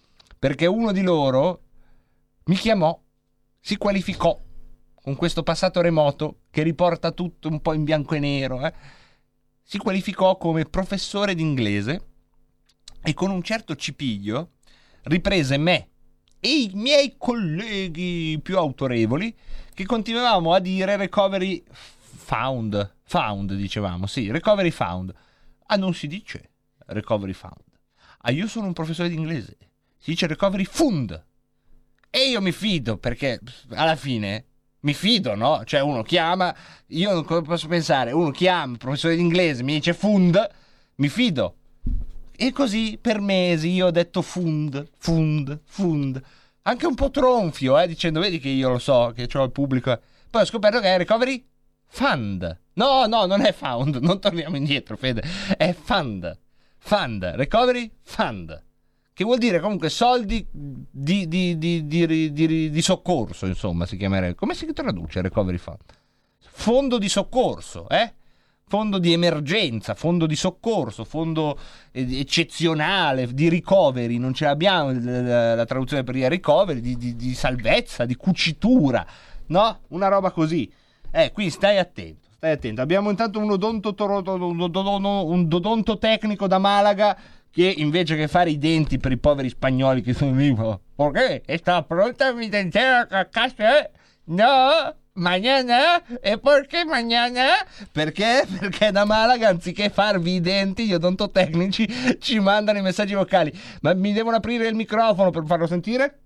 perché uno di loro mi chiamò, si qualificò con questo passato remoto che riporta tutto un po' in bianco e nero, eh? Si qualificò come professore d'inglese e con un certo cipiglio riprese me e i miei colleghi più autorevoli che continuavamo a dire recovery found, found dicevamo, sì, recovery found. Ah, non si dice recovery found. Ah, io sono un professore d'inglese, si dice recovery fund. E io mi fido, perché alla fine mi fido, no? Cioè uno chiama, io non posso pensare, uno chiama, professore d'inglese, mi dice fund, mi fido. E così per mesi io ho detto fund, fund, fund. Anche un po' tronfio, eh, dicendo, vedi che io lo so, che ho il pubblico. Poi ho scoperto che è recovery fund. No, no, non è found, non torniamo indietro, Fede. È fund, fund, recovery fund. Che vuol dire comunque soldi di, di, di, di, di, di, di soccorso, insomma, si chiamerebbe. Come si traduce recovery fund? Fondo di soccorso, eh? Fondo di emergenza, fondo di soccorso, fondo eccezionale, di recovery, non ce l'abbiamo la, la traduzione per il recovery, di, di, di salvezza, di cucitura, no? Una roba così. Eh, qui stai attento, stai attento. Abbiamo intanto un odonto, un odonto, un odonto tecnico da Malaga che invece che fare i denti per i poveri spagnoli che sono lì, perché sta pronta mi dentera a casa? No, mañana. E perché mañana? Perché? Perché da Malaga, anziché farvi i denti, gli odontotecnici ci mandano i messaggi vocali. Ma mi devono aprire il microfono per farlo sentire?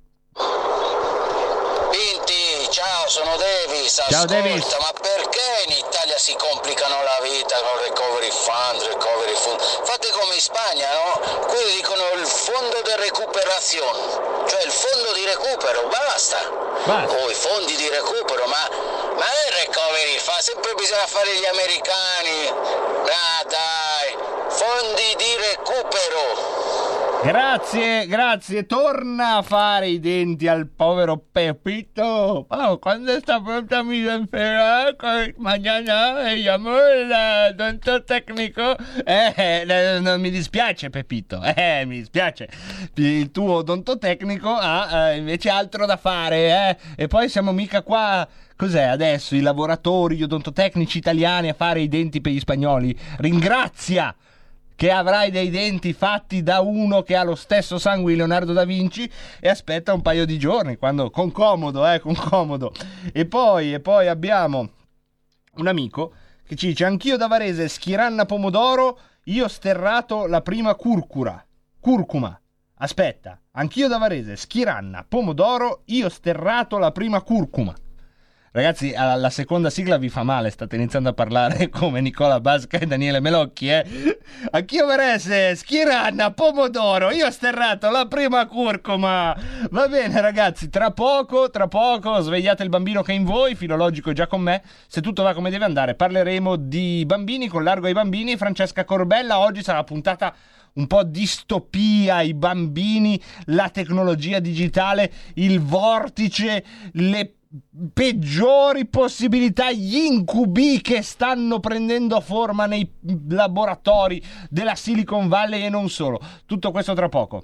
Binti, ciao, sono Davis. Ciao, Ascolta, Davis. ma perché in Italia si complicano la vita con recovery fund, recovery fund? Fate come in Spagna, no? Qui dicono il fondo de recuperazione, cioè il fondo di recupero, basta. Basta. Oh, i fondi di recupero, ma, ma è recovery fund, sempre bisogna fare gli americani. Ah, dai, fondi di recupero. Grazie, grazie. Torna a fare i denti al povero Pepito. Oh, quando sta pronta mi denterà, mañana chiamo il odontotecnico. Eh, eh, non mi dispiace Pepito, eh, mi dispiace. Il tuo odontotecnico ha eh, invece altro da fare, eh. E poi siamo mica qua... Cos'è adesso? I lavoratori, gli odontotecnici italiani a fare i denti per gli spagnoli? Ringrazia che avrai dei denti fatti da uno che ha lo stesso sangue di Leonardo da Vinci e aspetta un paio di giorni, quando con comodo, eh, con comodo. E poi, e poi abbiamo un amico che ci dice: anch'io da Varese, schiranna pomodoro, io sterrato la prima curcura. Curcuma. Aspetta, anch'io da Varese, schiranna, pomodoro, io sterrato la prima curcuma. Ragazzi, alla seconda sigla vi fa male, state iniziando a parlare come Nicola Basca e Daniele Melocchi, eh? Anch'io Varese, schiranna, pomodoro, io ho sterrato la prima curcuma. Va bene ragazzi, tra poco, tra poco, svegliate il bambino che è in voi, filologico è già con me. Se tutto va come deve andare, parleremo di bambini con Largo ai bambini. Francesca Corbella, oggi sarà puntata un po' distopia, i bambini, la tecnologia digitale, il vortice, le peggiori possibilità, gli incubi che stanno prendendo forma nei laboratori della Silicon Valley e non solo. Tutto questo tra poco.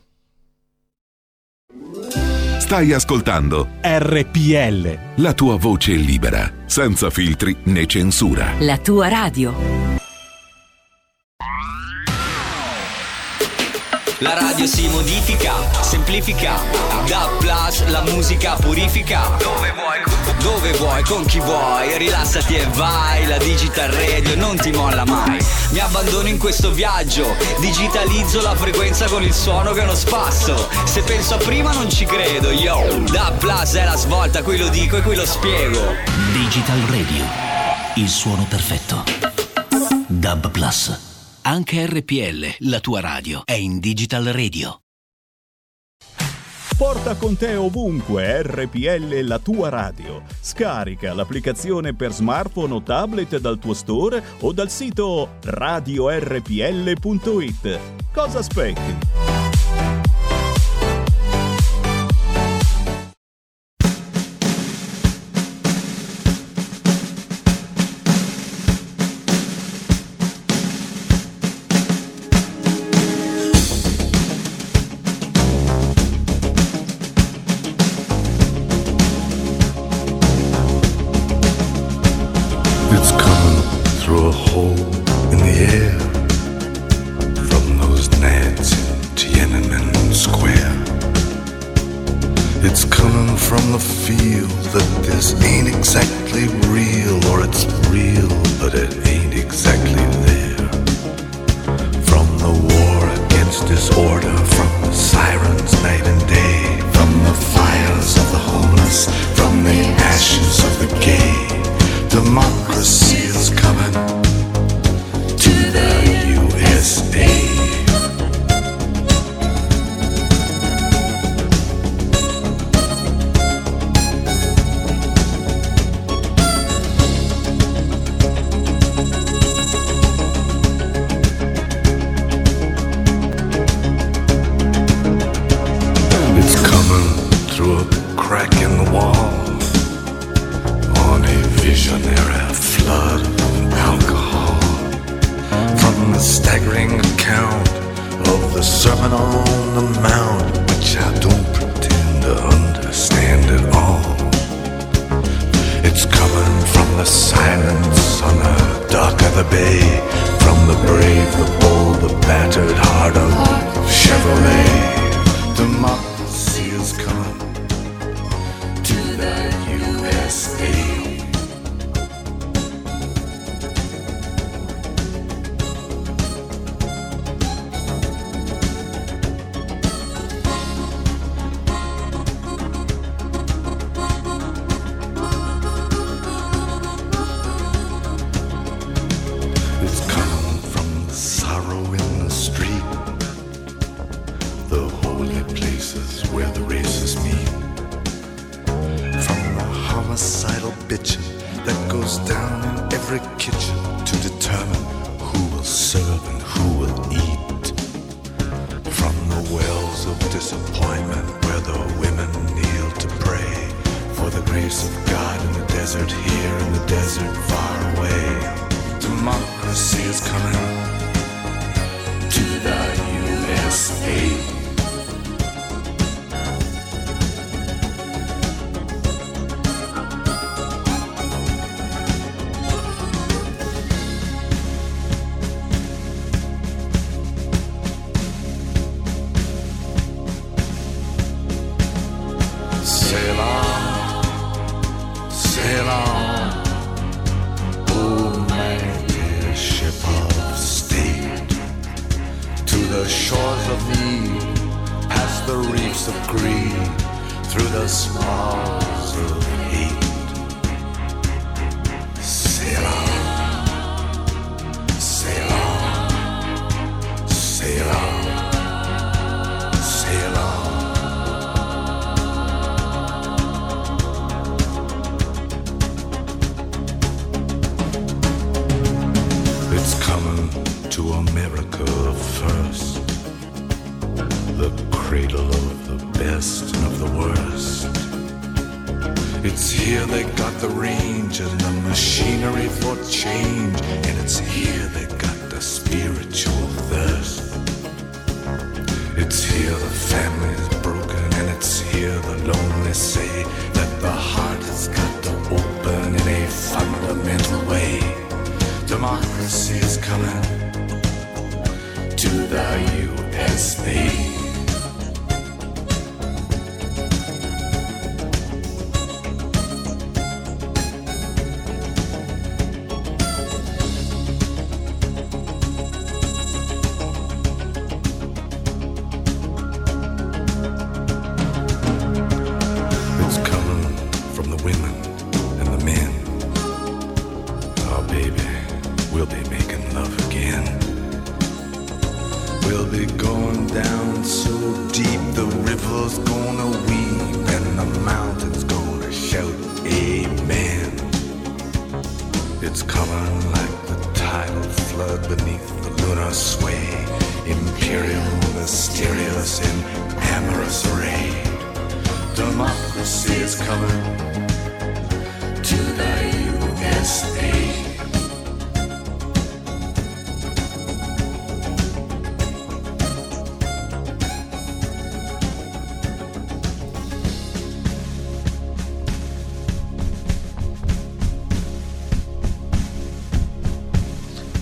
Stai ascoltando R P L, la tua voce libera, senza filtri né censura. La tua radio. La radio si modifica, semplifica, da Plus la musica purifica. Dove vuoi, dove vuoi, con chi vuoi, rilassati e vai. La Digital Radio non ti molla mai. Mi abbandono in questo viaggio, digitalizzo la frequenza con il suono che è uno spasso. Se penso a prima non ci credo, yo. Da Plus è la svolta, qui lo dico e qui lo spiego. Digital Radio, il suono perfetto. Dub Plus. Anche R P L, la tua radio, è in Digital Radio. Porta con te ovunque R P L, la tua radio. Scarica l'applicazione per smartphone o tablet dal tuo store o dal sito radio r p l punto i t. Cosa aspetti? It's coming through a hole in the air from those nads in Tiananmen Square. It's coming from the feel that this ain't exactly real, or it's real but it ain't exactly there. From the war against disorder, from the sirens night and day, from the fires of the homeless, from the ashes of the gay, democracy is coming to the U S A.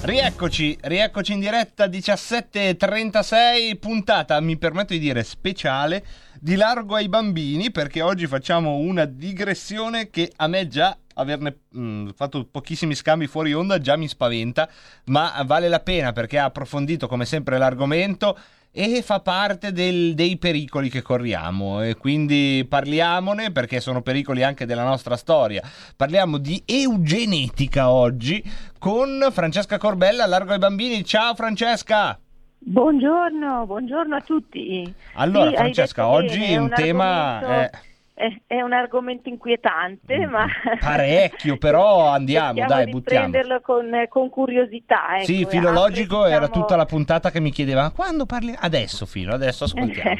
Rieccoci, rieccoci in diretta diciassette e trentasei, puntata, mi permetto di dire, speciale di Largo ai bambini, perché oggi facciamo una digressione che a me già averne mh, fatto pochissimi scambi fuori onda già mi spaventa, ma vale la pena perché ha approfondito come sempre l'argomento e fa parte del, dei pericoli che corriamo, e quindi parliamone perché sono pericoli anche della nostra storia. Parliamo di eugenetica oggi con Francesca Corbella, Largo ai bambini. Ciao Francesca! Buongiorno, buongiorno a tutti. Allora sì, Francesca, oggi è un, un tema... argomento... È... È un argomento inquietante, ma parecchio, però andiamo, dai, di buttiamo. prenderlo con, con curiosità. Ecco, sì, filologico apre, era diciamo... tutta la puntata che mi chiedeva quando parli. Adesso, Filo, adesso ascoltiamo.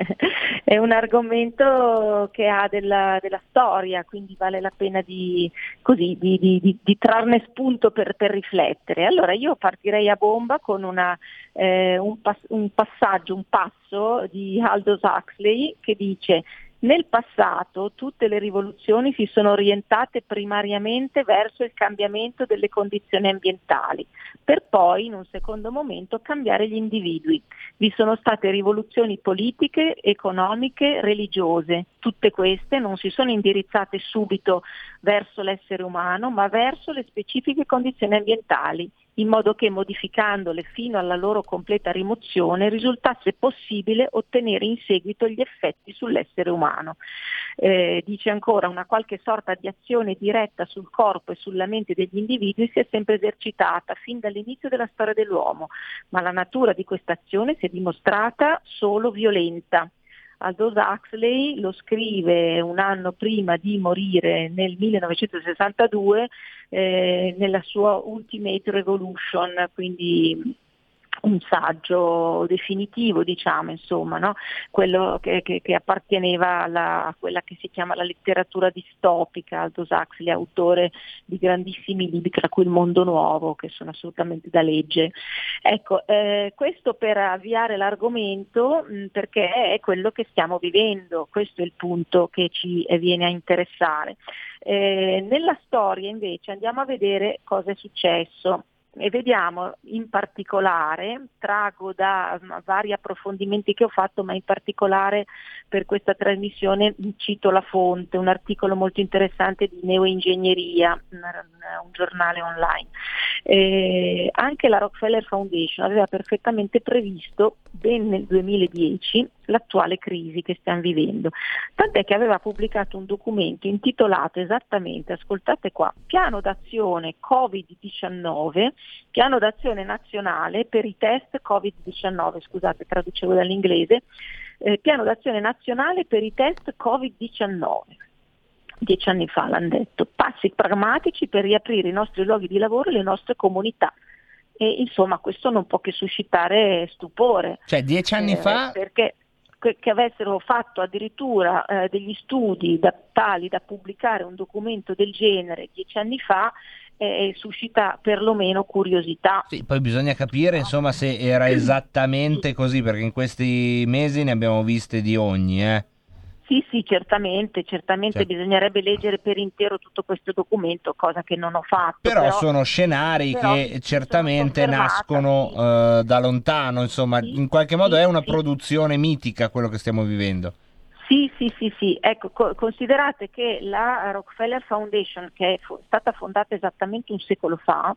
È un argomento che ha della, della storia, quindi vale la pena di, così, di, di, di, di trarne spunto per, per riflettere. Allora, io partirei a bomba con una, eh, un, pas- un passaggio, un passo di Aldous Huxley che dice: nel passato tutte le rivoluzioni si sono orientate primariamente verso il cambiamento delle condizioni ambientali, per poi in un secondo momento cambiare gli individui. Vi sono state rivoluzioni politiche, economiche, religiose. Tutte queste non si sono indirizzate subito verso l'essere umano, ma verso le specifiche condizioni ambientali, in modo che modificandole fino alla loro completa rimozione risultasse possibile ottenere in seguito gli effetti sull'essere umano. Eh, dice ancora: una qualche sorta di azione diretta sul corpo e sulla mente degli individui si è sempre esercitata fin dall'inizio della storia dell'uomo, ma la natura di questa azione si è dimostrata solo violenta. Aldous Huxley lo scrive un anno prima di morire nel millenovecentosessantadue eh, nella sua Ultimate Revolution, quindi un saggio definitivo, diciamo, insomma, no? Quello che, che, che apparteneva alla, a quella che si chiama la letteratura distopica. Aldous Huxley, autore di grandissimi libri, tra cui Il Mondo Nuovo, che sono assolutamente da leggere. Ecco, eh, questo per avviare l'argomento, mh, perché è quello che stiamo vivendo, questo è il punto che ci viene a interessare. Eh, nella storia invece andiamo a vedere cosa è successo. E vediamo in particolare, trago da vari approfondimenti che ho fatto, ma in particolare per questa trasmissione cito la fonte, un articolo molto interessante di Neoingegneria, un, un giornale online. Eh, anche la Rockefeller Foundation aveva perfettamente previsto, ben nel duemiladieci, l'attuale crisi che stiamo vivendo, tant'è che aveva pubblicato un documento intitolato esattamente, ascoltate qua, Piano d'azione covid diciannove, piano d'azione nazionale per i test covid diciannove, scusate, traducevo dall'inglese, eh, piano d'azione nazionale per i test covid diciannove. Dieci anni fa l'hanno detto, passi pragmatici per riaprire i nostri luoghi di lavoro e le nostre comunità. E insomma questo non può che suscitare stupore. Cioè dieci anni eh, fa? Perché che, che avessero fatto addirittura eh, degli studi da, tali da pubblicare un documento del genere dieci anni fa eh, suscita perlomeno curiosità. Sì, poi bisogna capire insomma se era esattamente così, perché in questi mesi ne abbiamo viste di ogni, eh. Sì, sì, certamente, certamente certo. Bisognerebbe leggere per intero tutto questo documento, cosa che non ho fatto. Però, però sono scenari però che certamente nascono sì. uh, da lontano, insomma, sì, in qualche modo sì, è una sì. produzione mitica quello che stiamo vivendo. Sì, sì, sì, sì. Ecco, co- considerate che la Rockefeller Foundation, che è fo- stata fondata esattamente un secolo fa,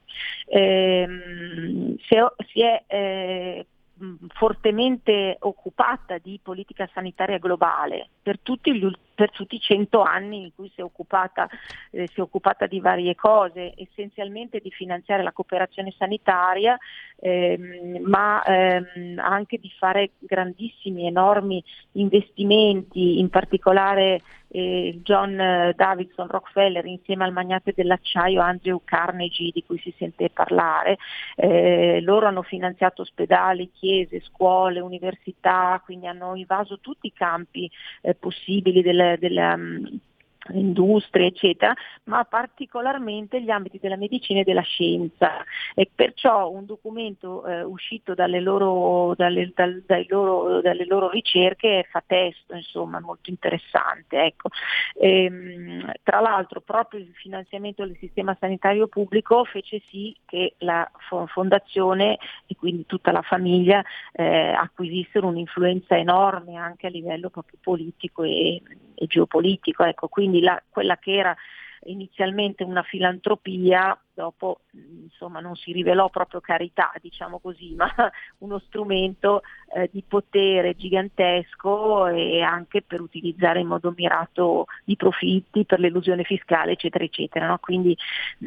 ehm, si è, si è eh, fortemente occupata di politica sanitaria globale per tutti gli ultimi per tutti i cento anni in cui si è occupata eh, si è occupata di varie cose, essenzialmente di finanziare la cooperazione sanitaria, ehm, ma ehm, anche di fare grandissimi, enormi investimenti, in particolare eh, John Davidson Rockefeller insieme al magnate dell'acciaio Andrew Carnegie, di cui si sente parlare. Eh, loro hanno finanziato ospedali, chiese, scuole, università, quindi hanno invaso tutti i campi eh, possibili del Del, industrie eccetera, ma particolarmente gli ambiti della medicina e della scienza, e perciò un documento eh, uscito dalle loro, dalle, dal, dai loro, dalle loro ricerche fa testo, insomma, molto interessante. Ecco. Ehm, tra l'altro proprio il finanziamento del sistema sanitario pubblico fece sì che la fondazione e quindi tutta la famiglia eh, acquisissero un'influenza enorme anche a livello proprio politico e, e geopolitico. Ecco, quindi la, quella che era inizialmente una filantropia, dopo insomma non si rivelò proprio carità, diciamo così, ma uno strumento eh, di potere gigantesco e anche per utilizzare in modo mirato i profitti per l'elusione fiscale eccetera eccetera, no? Quindi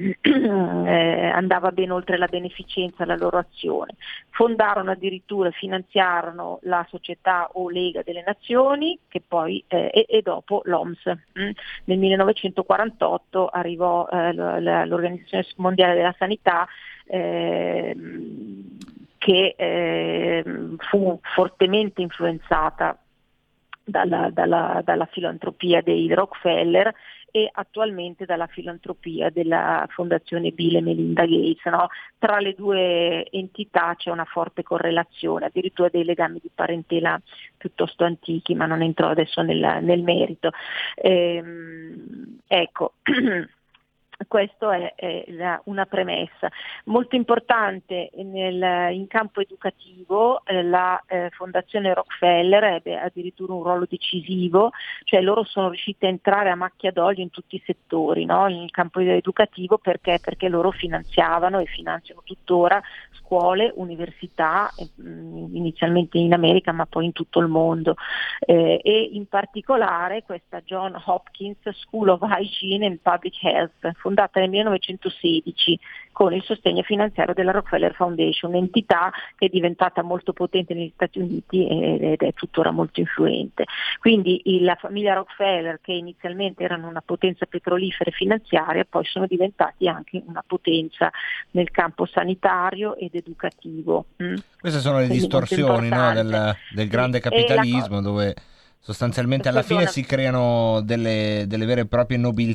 eh, andava ben oltre la beneficenza la loro azione. Fondarono addirittura, finanziarono la Società o Lega delle Nazioni, che poi eh, e, e dopo l'O M S. Mm. Nel millenovecentoquarantotto arrivò eh, l'Organizzazione Mondiale della Sanità, eh, che eh, fu fortemente influenzata dalla, dalla, dalla filantropia dei Rockefeller e attualmente dalla filantropia della Fondazione Bill e Melinda Gates. No? Tra le due entità c'è una forte correlazione, addirittura dei legami di parentela piuttosto antichi, ma non entro adesso nel, nel merito. Ehm, ecco. Questo è, è la, una premessa. Molto importante nel, in campo educativo eh, la eh, Fondazione Rockefeller ebbe addirittura un ruolo decisivo, cioè loro sono riusciti a entrare a macchia d'olio in tutti i settori, no? In campo educativo perché? Perché loro finanziavano e finanziano tuttora scuole, università, eh, inizialmente in America ma poi in tutto il mondo, eh, e in particolare questa John Hopkins School of Hygiene and Public Health, fondata nel millenovecentosedici con il sostegno finanziario della Rockefeller Foundation, un'entità che è diventata molto potente negli Stati Uniti ed è tuttora molto influente. Quindi la famiglia Rockefeller, che inizialmente erano una potenza petrolifera e finanziaria, poi sono diventati anche una potenza nel campo sanitario ed educativo. Mm? Queste sono le Quindi distorsioni, no, del, del grande capitalismo, co- dove sostanzialmente alla fine si creano delle, delle vere e proprie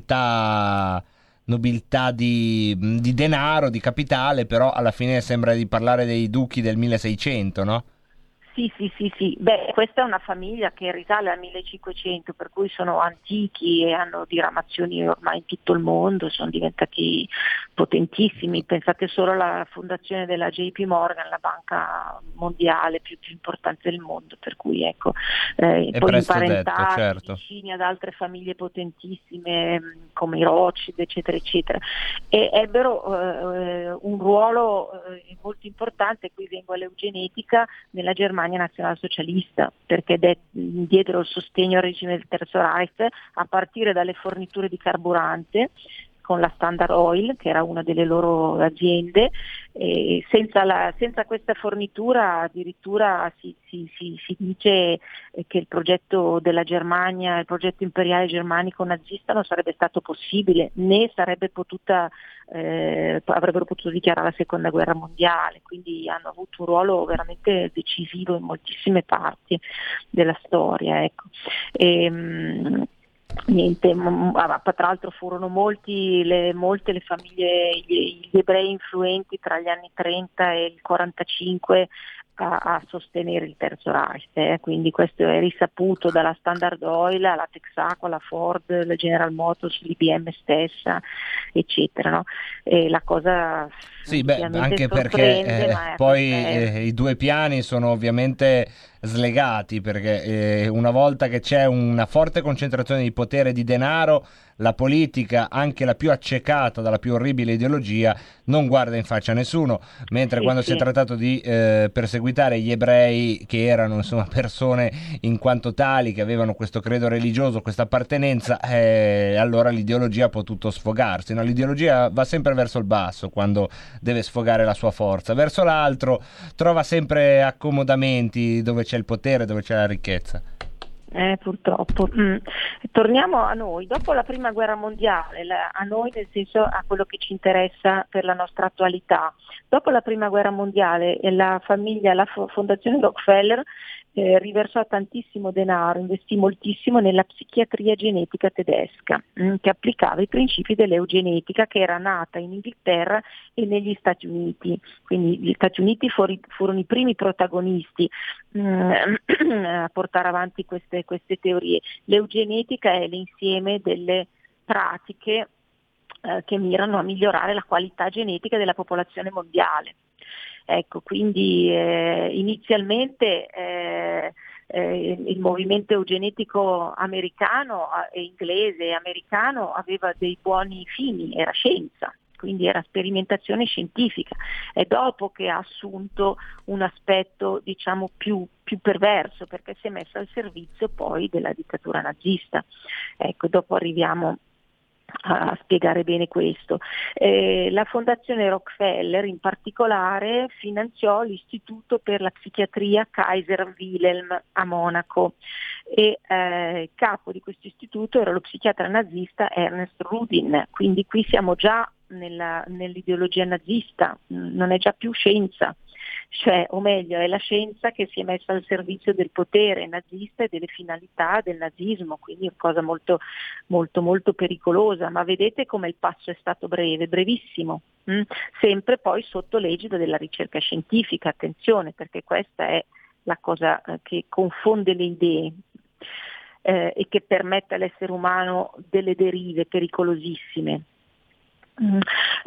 nobiltà nobiltà di, di denaro, di capitale, però alla fine sembra di parlare dei duchi del milleseicento, no? Sì, sì, sì, sì. Beh, questa è una famiglia che risale al millecinquecento, per cui sono antichi e hanno diramazioni ormai in tutto il mondo, sono diventati potentissimi. Pensate solo alla fondazione della J P Morgan, la banca mondiale più, più importante del mondo, per cui ecco, eh, è poi presto imparentati, detto, certo, vicini ad altre famiglie potentissime come i Rothschild, eccetera, eccetera. E ebbero eh, un ruolo eh, molto importante, qui vengo all'eugenetica, nella Germania nazionalsocialista, perché de- diedero il sostegno al regime del Terzo Reich a partire dalle forniture di carburante con la Standard Oil, che era una delle loro aziende, e senza, la, senza questa fornitura addirittura si, si, si, si dice che il progetto della Germania, il progetto imperiale germanico nazista non sarebbe stato possibile, né sarebbe potuta, eh, avrebbero potuto dichiarare la seconda guerra mondiale, quindi hanno avuto un ruolo veramente decisivo in moltissime parti della storia. Ecco. E, mh, Niente, tra l'altro furono molti, le, molte le famiglie, gli, gli ebrei influenti tra gli anni trenta e il quarantacinque a, a sostenere il Terzo Reich, eh. Quindi questo è risaputo dalla Standard Oil alla Texaco, alla Ford, la General Motors, l'I B M stessa, eccetera. No? E la cosa sì, beh, anche perché eh, poi eh, i due piani sono ovviamente slegati, perché eh, una volta che c'è una forte concentrazione di potere e di denaro, la politica, anche la più accecata dalla più orribile ideologia, non guarda in faccia a nessuno, mentre sì, quando sì. si è trattato di eh, perseguitare gli ebrei, che erano insomma persone in quanto tali, che avevano questo credo religioso, questa appartenenza, eh, allora l'ideologia ha potuto sfogarsi, no? L'ideologia va sempre verso il basso quando deve sfogare la sua forza, verso l'altro trova sempre accomodamenti dove c'è il potere, dove c'è la ricchezza. Eh, purtroppo. Mm. Torniamo a noi. Dopo la prima guerra mondiale, la, a noi nel senso a quello che ci interessa per la nostra attualità. Dopo la prima guerra mondiale la famiglia, la fondazione Rockefeller eh, riversò tantissimo denaro, investì moltissimo nella psichiatria genetica tedesca, mh, che applicava i principi dell'eugenetica, che era nata in Inghilterra e negli Stati Uniti. Quindi gli Stati Uniti fuori, furono i primi protagonisti mh, a portare avanti queste, queste teorie. L'eugenetica è l'insieme delle pratiche eh, che mirano a migliorare la qualità genetica della popolazione mondiale. Ecco, quindi eh, inizialmente eh, eh, il movimento eugenetico americano e inglese e americano aveva dei buoni fini, era scienza, quindi era sperimentazione scientifica. È dopo che ha assunto un aspetto, diciamo, più, più perverso, perché si è messo al servizio poi della dittatura nazista. Ecco, dopo arriviamo a spiegare bene questo. Eh, la fondazione Rockefeller in particolare finanziò l'Istituto per la psichiatria Kaiser Wilhelm a Monaco e eh, capo di questo istituto era lo psichiatra nazista Ernest Rudin, quindi qui siamo già nella, nell'ideologia nazista, non è già più scienza. Cioè, o meglio, è la scienza che si è messa al servizio del potere nazista e delle finalità del nazismo, quindi è una cosa molto, molto, molto pericolosa. Ma vedete come il passo è stato breve, brevissimo, mh? Sempre poi sotto l'egida della ricerca scientifica, attenzione, perché questa è la cosa che confonde le idee eh, e che permette all'essere umano delle derive pericolosissime. Mm.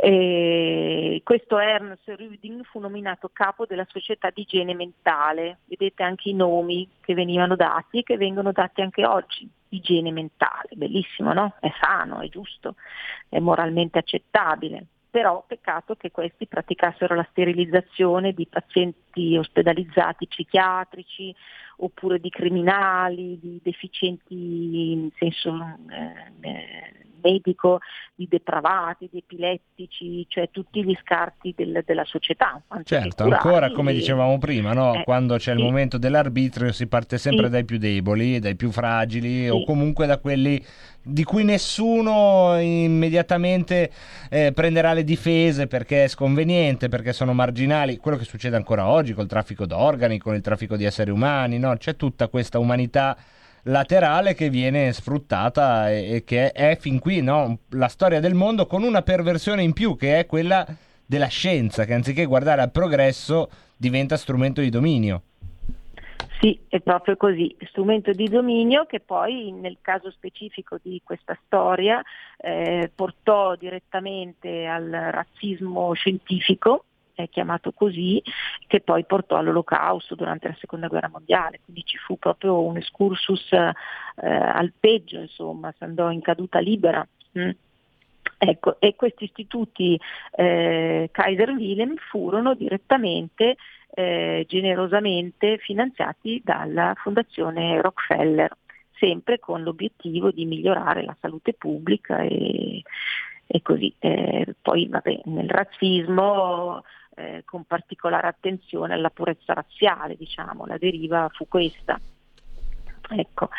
E questo Ernst Rudin fu nominato capo della società di igiene mentale. Vedete anche i nomi che venivano dati e che vengono dati anche oggi. Igiene mentale, bellissimo, no? È sano, è giusto, è moralmente accettabile. Però peccato che questi praticassero la sterilizzazione di pazienti ospedalizzati psichiatrici oppure di criminali, di deficienti in senso eh, medico, di depravati, di epilettici, cioè tutti gli scarti del, della società. Certo, ancora come dicevamo prima, no? eh, Quando c'è sì. il momento dell'arbitrio si parte sempre Sì. dai più deboli, dai più fragili Sì. o comunque da quelli di cui nessuno immediatamente eh, prenderà le difese perché è sconveniente, perché sono marginali. Quello che succede ancora oggi col traffico d'organi, con il traffico di esseri umani, no? C'è tutta questa umanità laterale che viene sfruttata e, e che è, è fin qui, no? La storia del mondo con una perversione in più, che è quella della scienza, che anziché guardare al progresso diventa strumento di dominio. Sì, è proprio così, strumento di dominio che poi nel caso specifico di questa storia eh, portò direttamente al razzismo scientifico, è chiamato così, che poi portò all'Olocausto durante la Seconda Guerra Mondiale, quindi ci fu proprio un excursus eh, al peggio, insomma, si andò in caduta libera. Mm. Ecco, e questi istituti eh, Kaiser Wilhelm furono direttamente, eh, generosamente finanziati dalla Fondazione Rockefeller, sempre con l'obiettivo di migliorare la salute pubblica e, e così. Eh, poi vabbè, nel razzismo, eh, con particolare attenzione alla purezza razziale, diciamo, la deriva fu questa. Ecco.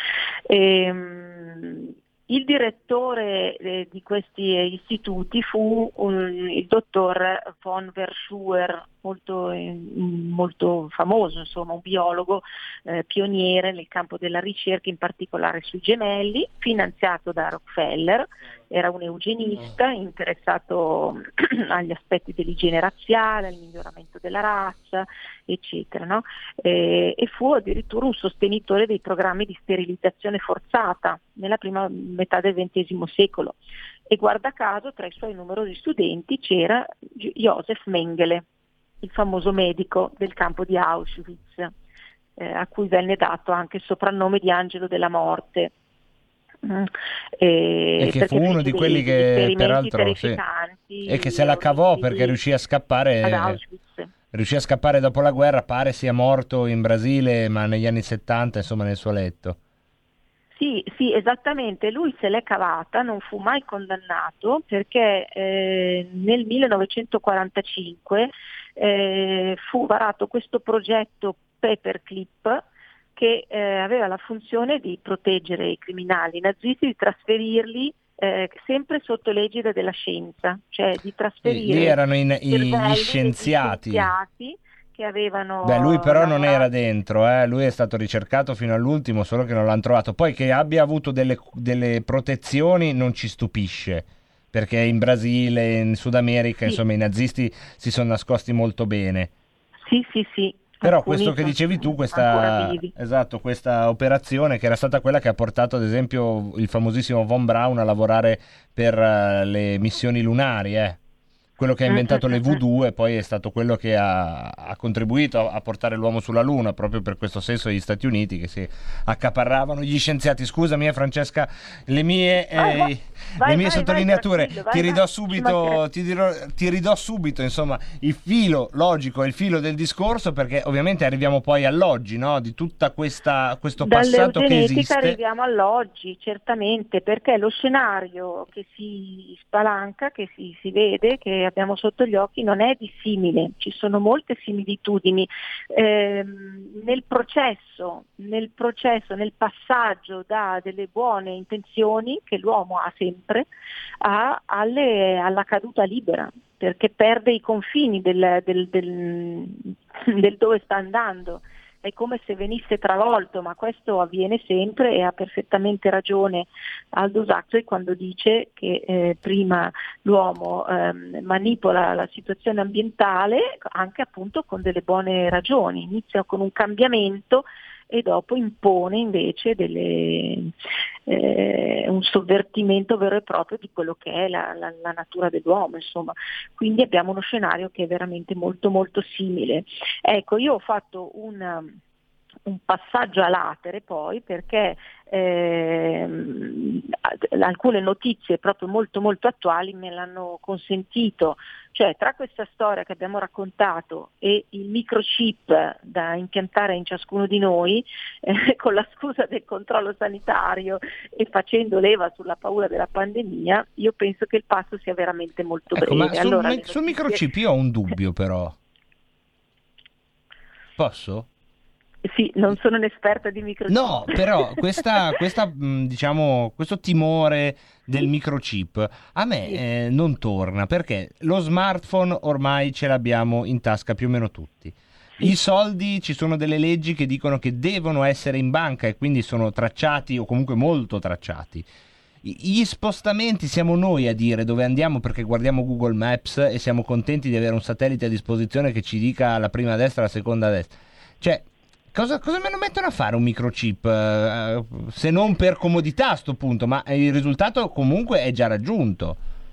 Ehm, Il direttore eh, di questi istituti fu un, il dottor von Verschuer, molto, eh, molto famoso, insomma, un biologo eh, pioniere nel campo della ricerca, in particolare sui gemelli, finanziato da Rockefeller. Era un eugenista interessato agli aspetti dell'igiene razziale, al miglioramento della razza, eccetera, no? eh, e fu addirittura un sostenitore dei programmi di sterilizzazione forzata nella prima metà del ventesimo secolo. E guarda caso tra i suoi numerosi studenti c'era Joseph Mengele, il famoso medico del campo di Auschwitz, eh, a cui venne dato anche il soprannome di Angelo della Morte. Mm. E, e che fu uno di quelli che peraltro sì, e che se la cavò perché riuscì a scappare ad Auschwitz. riuscì a scappare dopo la guerra, pare sia morto in Brasile ma negli anni settanta, insomma, nel suo letto. Sì, sì, esattamente, lui se l'è cavata, non fu mai condannato perché eh, nel millenovecentoquarantacinque eh, fu varato questo progetto Paperclip che eh, aveva la funzione di proteggere i criminali nazisti, di trasferirli eh, sempre sotto l'egida della scienza, cioè di trasferire lì erano in, i gli scienziati. scienziati che avevano... Beh, lui però non lavorato- era dentro, eh? Lui è stato ricercato fino all'ultimo, solo che non l'hanno trovato. Poi che abbia avuto delle, delle protezioni non ci stupisce, perché in Brasile, in Sud America, Sì. insomma, i nazisti si sono nascosti molto bene. Sì, sì, sì. Però Alcuni questo che sono dicevi tu, ancora questa, vivi. esatto, questa operazione che era stata quella che ha portato ad esempio il famosissimo Von Braun a lavorare per eh, le missioni lunari, eh. Quello che ha inventato le V due poi è stato quello che ha, ha contribuito a, a portare l'uomo sulla Luna, proprio per questo senso gli Stati Uniti che si accaparravano gli scienziati. Scusami eh, Francesca, le mie, eh, Vai, vai, le vai, mie vai, sottolineature tranquillo, vai, ti ridò vai, subito, ti, dirò, ti ridò subito insomma il filo logico e il filo del discorso, perché ovviamente arriviamo poi all'oggi, no? Di tutta questa questo passato che Dall'eugenetica esiste. arriviamo all'oggi, certamente, perché lo scenario che si spalanca, che si, si vede, che abbiamo sotto gli occhi, non è dissimile, ci sono molte similitudini. Ehm, nel processo, nel processo, nel passaggio da delle buone intenzioni che l'uomo ha sempre a, alle, alla caduta libera, perché perde i confini del, del, del, del dove sta andando. È come se venisse travolto, ma questo avviene sempre e ha perfettamente ragione Aldous Huxley quando dice che eh, prima l'uomo ehm, manipola la situazione ambientale anche appunto con delle buone ragioni, inizia con un cambiamento e dopo impone invece delle, eh, un sovvertimento vero e proprio di quello che è la, la, la natura dell'uomo, insomma. Quindi abbiamo uno scenario che è veramente molto molto simile. Ecco, io ho fatto un, un passaggio a latere poi perché ehm, alcune notizie proprio molto molto attuali me l'hanno consentito, cioè tra questa storia che abbiamo raccontato e il microchip da impiantare in ciascuno di noi eh, con la scusa del controllo sanitario e facendo leva sulla paura della pandemia, io penso che il passo sia veramente molto Ecco, breve. ma sul, Allora, mi- le sul notizie- microchip io ho un dubbio però. Posso? Sì, non sono un'esperta di microchip. No, però questa, questa mh, diciamo, questo timore del microchip a me eh, non torna, perché lo smartphone ormai ce l'abbiamo in tasca più o meno tutti. I soldi, ci sono delle leggi che dicono che devono essere in banca e quindi sono tracciati o comunque molto tracciati. I- Gli spostamenti siamo noi a dire dove andiamo, perché guardiamo Google Maps e siamo contenti di avere un satellite a disposizione che ci dica la prima a destra, la seconda a destra. Cioè, cosa, cosa me lo mettono a fare un microchip? eh, se non per comodità a sto punto, ma il risultato comunque è già raggiunto.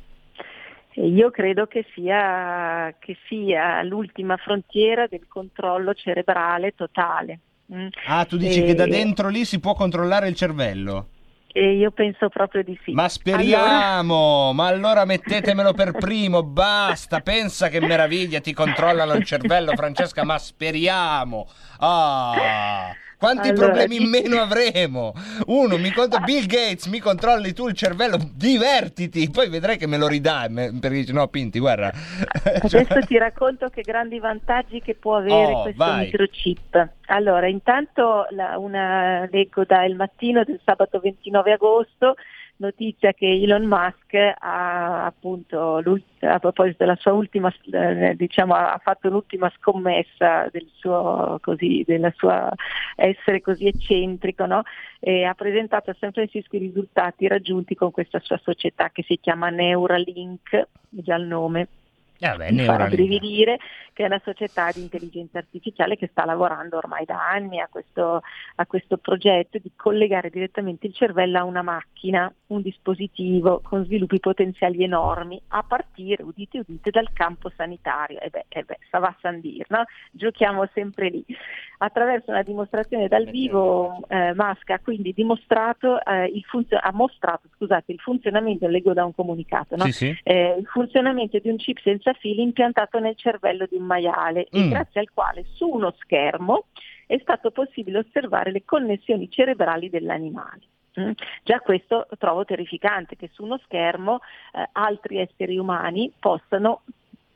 E io credo che sia, che sia l'ultima frontiera del controllo cerebrale totale. Mm. Ah, tu dici E- che da dentro lì si può controllare il cervello? E io penso proprio di sì. Ma speriamo, ma allora mettetemelo per primo, basta, pensa che meraviglia, ti controllano il cervello, Francesca, ma speriamo. Ah, quanti Allora, problemi in dici- meno avremo? Uno, mi conto Bill Gates, mi controlli tu il cervello, divertiti, poi vedrai che me lo ridai, me- perché dici no, Pinti, guarda. Adesso ti racconto che grandi vantaggi che può avere Oh, questo vai. microchip. Allora, intanto la- una, leggo da Il Mattino del sabato ventinove agosto, notizia che Elon Musk ha appunto l'ult- a proposito della sua ultima, eh, diciamo, ha fatto l'ultima scommessa del suo così, della sua essere così eccentrico, no? E ha presentato a San Francisco i risultati raggiunti con questa sua società che si chiama Neuralink, già il nome. Eh, vabbè, Mi fa Neuralink. rabbrividire, che è una società di intelligenza artificiale che sta lavorando ormai da anni a questo, a questo progetto di collegare direttamente il cervello a una macchina, un dispositivo con sviluppi potenziali enormi, a partire, udite udite, dal campo sanitario. E beh, e beh, ça va sans dire, no? Giochiamo sempre lì. Attraverso una dimostrazione dal vivo, eh, Musk ha quindi dimostrato, eh, il funzio- ha mostrato scusate, il funzionamento, leggo da un comunicato, no? Sì, sì. Eh, il funzionamento di un chip senza fili impiantato nel cervello di un maiale e Mm. grazie al quale su uno schermo è stato possibile osservare le connessioni cerebrali dell'animale. Mm. Già questo trovo terrificante, che su uno schermo eh, altri esseri umani possano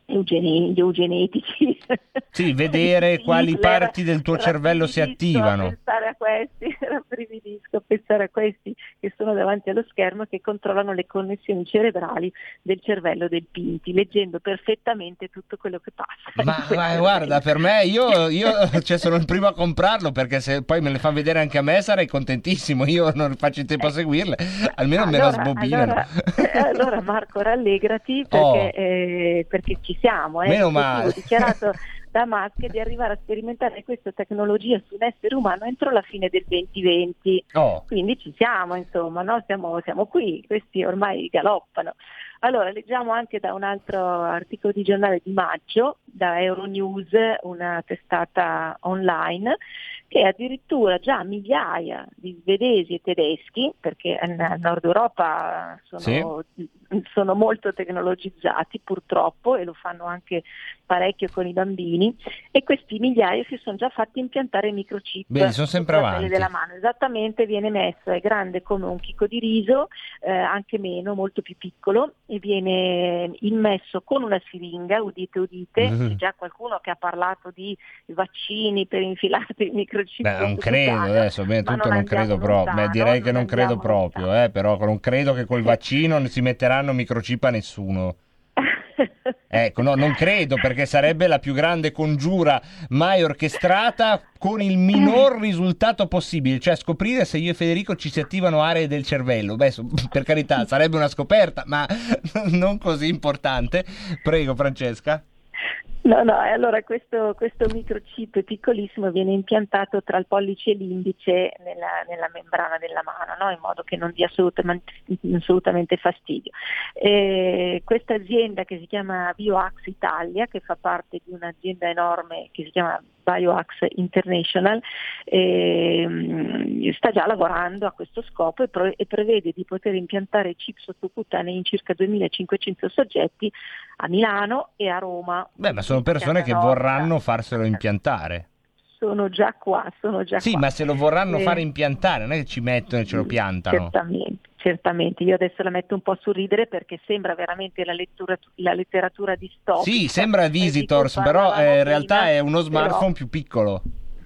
eugeni- gli eugenetici. Sì, vedere quali Hitler, parti del tuo cervello si rabbrividisco attivano. A pensare a questi, rabbrividisco a pensare a questi che sono davanti allo schermo e che controllano le connessioni cerebrali del cervello del Pinti, leggendo perfettamente tutto quello che passa. Ma, ma guarda, per me, io, io cioè, sono il primo a comprarlo, perché se poi me le fa vedere anche a me sarei contentissimo. Io non faccio in tempo a seguirle, almeno me la Allora, sbobinano. allora, eh, allora Marco, rallegrati perché, Oh. eh, perché ci siamo. Eh. Meno L'obiettivo male. dichiarato da Musk è di arrivare a sperimentare questa tecnologia su un essere umano entro la fine del duemilaventi. Oh. Quindi ci siamo, insomma, no? siamo, siamo qui, questi ormai galoppano. Allora, leggiamo anche da un altro articolo di giornale di maggio, da Euronews, una testata online, che addirittura già migliaia di svedesi e tedeschi, perché nel Nord Europa sono, sì. sono molto tecnologizzati purtroppo, e lo fanno anche parecchio con i bambini, e questi migliaia si sono già fatti impiantare microchip. Beh, sono sempre sulla pelle avanti. della mano. Esattamente, viene messo, è grande come un chicco di riso, eh, anche meno, molto più piccolo, e viene immesso con una siringa, udite udite, Mm. c'è già qualcuno che ha parlato di vaccini per infilare il microchip. Beh, non credo sottocutaneo, adesso, beh, ma tutto non non credo andiamo proprio. Beh, lontano, direi che non non credo andiamo proprio, eh, però non credo che col vaccino non si metteranno microchip a nessuno. Ecco, no, non credo, perché sarebbe la più grande congiura mai orchestrata con il minor risultato possibile, cioè scoprire se io e Federico ci si attivano aree del cervello. Beh, so- per carità, sarebbe una scoperta, ma non così importante. Prego, Francesca. No, no, e allora questo, questo microchip piccolissimo viene impiantato tra il pollice e l'indice nella, nella membrana della mano, no? In modo che non dia assolutamente, assolutamente fastidio. E questa azienda, che si chiama BioAx Italia, che fa parte di un'azienda enorme che si chiama BioAx International, eh, sta già lavorando a questo scopo e, pro- e prevede di poter impiantare chip sottocutanei in circa duemilacinquecento soggetti a Milano e a Roma. Beh, ma sono persone che vorranno farselo impiantare. Sono già qua, sono già Sì, qua. ma se lo vorranno Eh, fare impiantare, non è che ci mettono e ce lo piantano. Certamente, certamente. Io adesso la metto un po' a sorridere perché sembra veramente la, lettura, la letteratura distopica. Sì, sembra eh, di cui Visitors, però parlavamo eh, in realtà prima, è uno smartphone però più piccolo.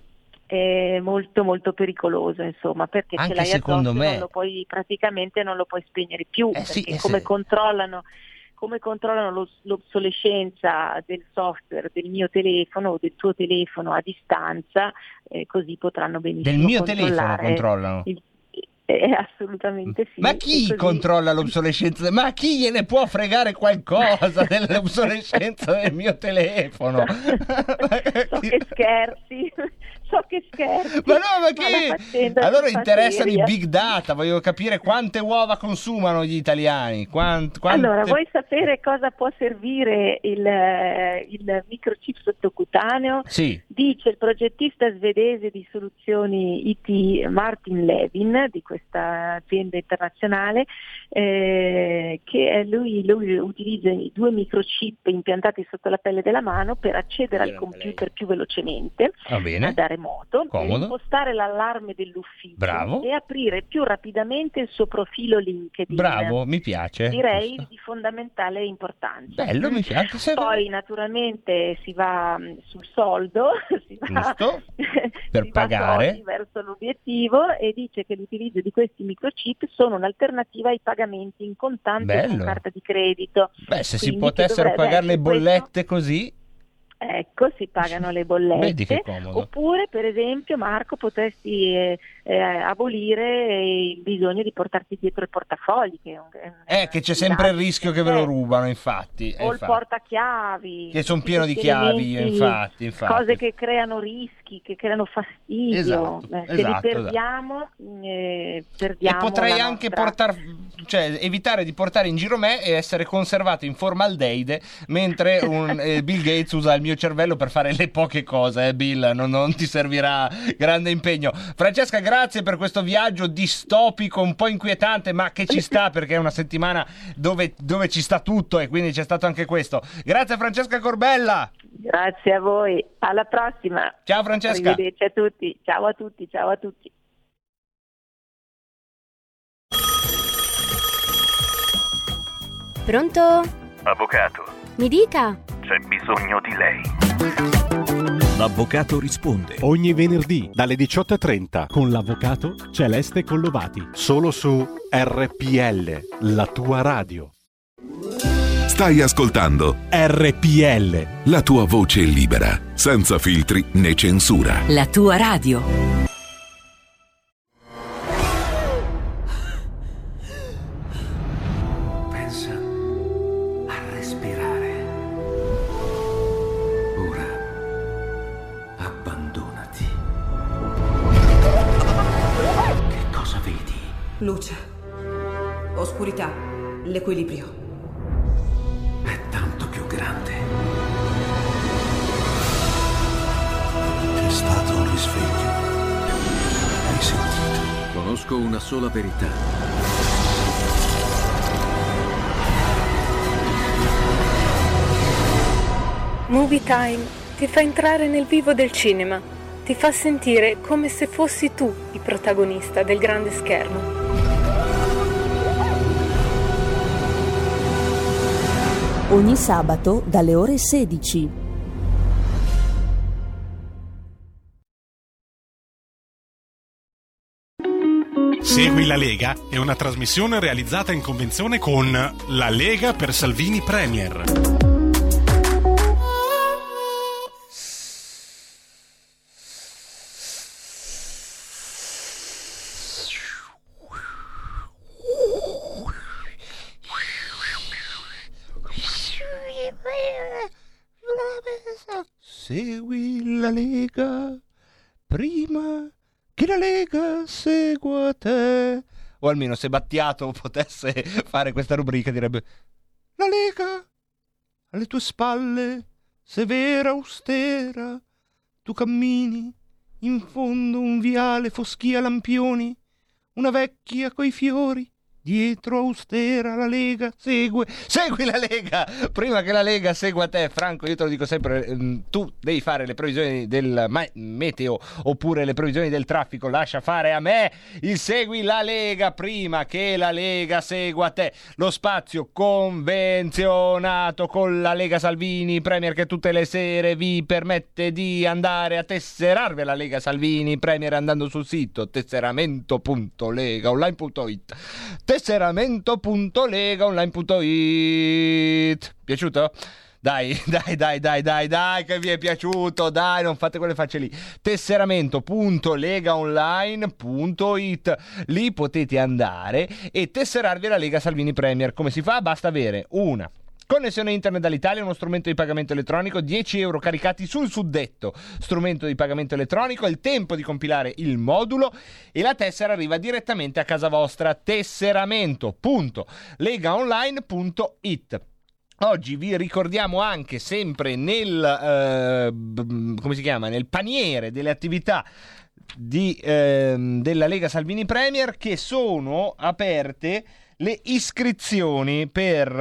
è molto molto pericoloso, insomma, perché Anche ce l'hai secondo addosso, me. non lo puoi, praticamente non lo puoi spegnere più, perché sì, eh, come sì. controllano come controllano lo- l'obsolescenza del software del mio telefono o del tuo telefono a distanza, eh, così potranno benissimo Del mio telefono controllare controllano. il- eh, assolutamente sì. Ma E chi così- controlla l'obsolescenza? Ma chi gliene può fregare qualcosa dell'obsolescenza del mio telefono? So che scherzi, so che scherzi. Ma no, ma la chi? faccenda Allora si fa interessano i seria. big data, voglio capire quante uova consumano gli italiani. Quant- quante... Allora, vuoi sapere cosa può servire il, eh, il microchip sottocutaneo? Sì. Dice il progettista svedese di soluzioni I T Martin Levin, di questa azienda internazionale, eh, che lui, lui utilizza i due microchip impiantati sotto la pelle della mano per accedere al computer più velocemente, Va bene. da remoto, per Comodo. impostare l'allarme dell'ufficio Bravo. e aprire più rapidamente il suo profilo LinkedIn. Bravo, mi piace. Direi di fondamentale importanza. Bello, mi piace. Se- Poi naturalmente si va mh, sul soldo, si va, Giusto. Per si va pagare. soldi verso l'obiettivo, e dice che l'utilizzo di questi microchip sono un'alternativa ai pagamenti in contante o con Bello. carta di credito. Beh, se si Quindi che potessero dovrebbe pagare le essere questo- bollette così, Ecco, si pagano le vedi che bollette. comodo. Oppure, per esempio, Marco, potresti eh, eh, abolire il bisogno di portarti dietro il portafogli, che è un, è un- Eh, che c'è sempre il rischio che ve lo rubano, infatti. eh, o il infatti. portachiavi, Che son tutti pieno di questi chiavi, io, elementi, infatti, infatti. cose che creano rischi, che creano fastidio. Esatto, Eh, se esatto, li perdiamo, eh, E perdiamo potrei la anche nostra- portar, cioè evitare di portare in giro me e essere conservato in formaldeide mentre un, eh, Bill Gates usa il mio cervello per fare le poche cose, eh, Bill, non, non ti servirà grande impegno. Francesca, grazie per questo viaggio distopico un po' inquietante, ma che ci sta, perché è una settimana dove, dove ci sta tutto, e quindi c'è stato anche questo. Grazie Francesca Corbella. Grazie a voi, alla prossima. Ciao Francesca. Arrivederci a tutti, ciao a tutti, ciao a tutti. Pronto? Avvocato, Mi dica. c'è bisogno di lei. L'avvocato risponde. Ogni venerdì dalle diciotto e trenta con l'avvocato Celeste Collovati. Solo su R P L, la tua radio. Stai ascoltando R P L. La tua voce libera, senza filtri né censura. La tua radio. Luce, oscurità, l'equilibrio. È tanto più grande. È stato un risveglio. Hai sentito? Conosco una sola verità. Movie Time ti fa entrare nel vivo del cinema, ti fa sentire come se fossi tu il protagonista del grande schermo. Ogni sabato dalle ore sedici. Segui la Lega è una trasmissione realizzata in convenzione con La Lega per Salvini Premier. Segui la Lega prima che la Lega segua te. O almeno se Battiato potesse fare questa rubrica direbbe: la Lega alle tue spalle, severa, austera, tu cammini in fondo un viale, foschia lampioni, una vecchia coi fiori. Dietro austera la Lega segue. Segui la Lega prima che la Lega segua te. Franco, io te lo dico sempre, ehm, tu devi fare le previsioni del ma- meteo oppure le previsioni del traffico. Lascia fare a me il segui la Lega prima che la Lega segua te. Lo spazio convenzionato con la Lega Salvini Premier, che tutte le sere vi permette di andare a tesserarvi la Lega Salvini Premier andando sul sito tesseramento punto lega online punto it. tesseramento punto lega online punto it. Piaciuto? Dai, dai, dai, dai, dai, dai, che vi è piaciuto, dai, non fate quelle facce lì. tesseramento punto lega online punto it. Lì potete andare e tesserarvi la Lega Salvini Premier. Come si fa? Basta avere una connessione internet dall'Italia, uno strumento di pagamento elettronico, dieci euro caricati sul suddetto strumento di pagamento elettronico, il tempo di compilare il modulo e la tessera arriva direttamente a casa vostra. tesseramento punto lega online punto it. Oggi vi ricordiamo anche, sempre nel eh, come si chiama, nel paniere delle attività di, eh, della Lega Salvini Premier, che sono aperte le iscrizioni per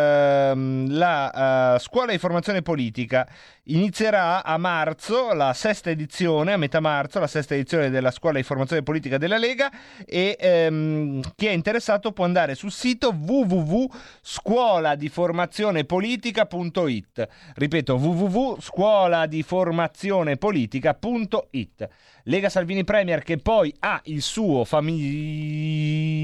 ehm, la uh, scuola di formazione politica. Inizierà a marzo la sesta edizione, a metà marzo la sesta edizione della scuola di formazione politica della Lega, e ehm, chi è interessato può andare sul sito w w w punto scuola di formazione politica punto it. Ripeto, w w w punto scuola di formazione politica punto it. Lega Salvini Premier, che poi ha il suo fami...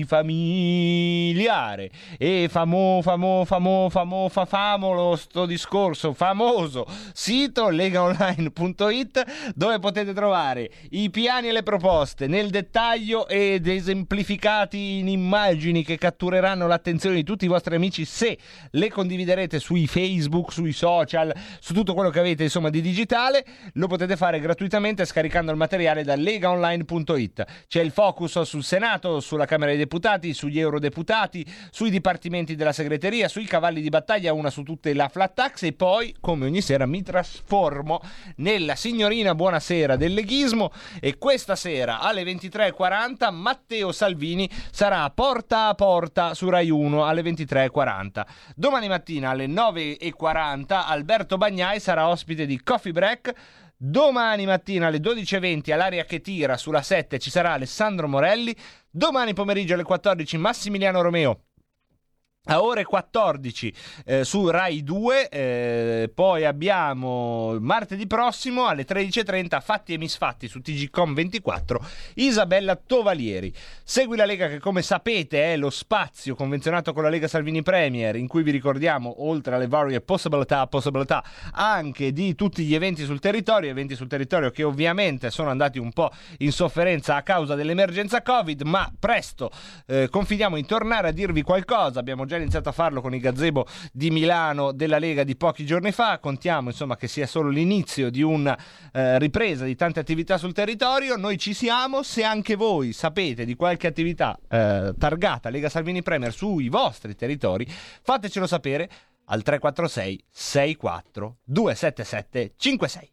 familiare e famo famo famo famo fa famolo sto discorso famoso sito lega online punto it, dove potete trovare i piani e le proposte nel dettaglio ed esemplificati in immagini che cattureranno l'attenzione di tutti i vostri amici se le condividerete sui Facebook, sui social, su tutto quello che avete insomma di digitale. Lo potete fare gratuitamente scaricando il materiale da lega online punto it. C'è il focus sul Senato, sulla Camera dei Deputati, sugli eurodeputati, sui dipartimenti della segreteria, sui cavalli di battaglia, una su tutte la flat tax, e poi come ogni sera mi trasformo nella signorina buonasera del leghismo e questa sera alle ventitré e quaranta Matteo Salvini sarà porta a porta su Rai uno alle ventitré e quaranta. Domani mattina alle nove e quaranta Alberto Bagnai sarà ospite di Coffee Break. Domani mattina alle dodici e venti all'Aria che tira sulla sette ci sarà Alessandro Morelli. Domani pomeriggio alle quattordici Massimiliano Romeo a ore quattordici eh, su Rai due, eh, poi abbiamo martedì prossimo alle tredici e trenta Fatti e Misfatti su T G Com ventiquattro, Isabella Tovalieri. Segui la Lega, che come sapete è lo spazio convenzionato con la Lega Salvini Premier, in cui vi ricordiamo, oltre alle varie possibilità, possibilità anche di tutti gli eventi sul territorio, eventi sul territorio che ovviamente sono andati un po' in sofferenza a causa dell'emergenza Covid, ma presto eh, confidiamo in tornare a dirvi qualcosa. Abbiamo già iniziato a farlo con i gazebo di Milano della Lega di pochi giorni fa. Contiamo insomma che sia solo l'inizio di una eh, ripresa di tante attività sul territorio. Noi ci siamo. Se anche voi sapete di qualche attività eh, targata Lega Salvini Premier sui vostri territori, fatecelo sapere al tre quattro sei sei quattro due sette sette cinque sei.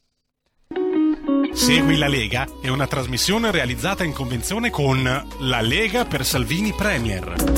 Segui la Lega è una trasmissione realizzata in convenzione con la Lega per Salvini Premier.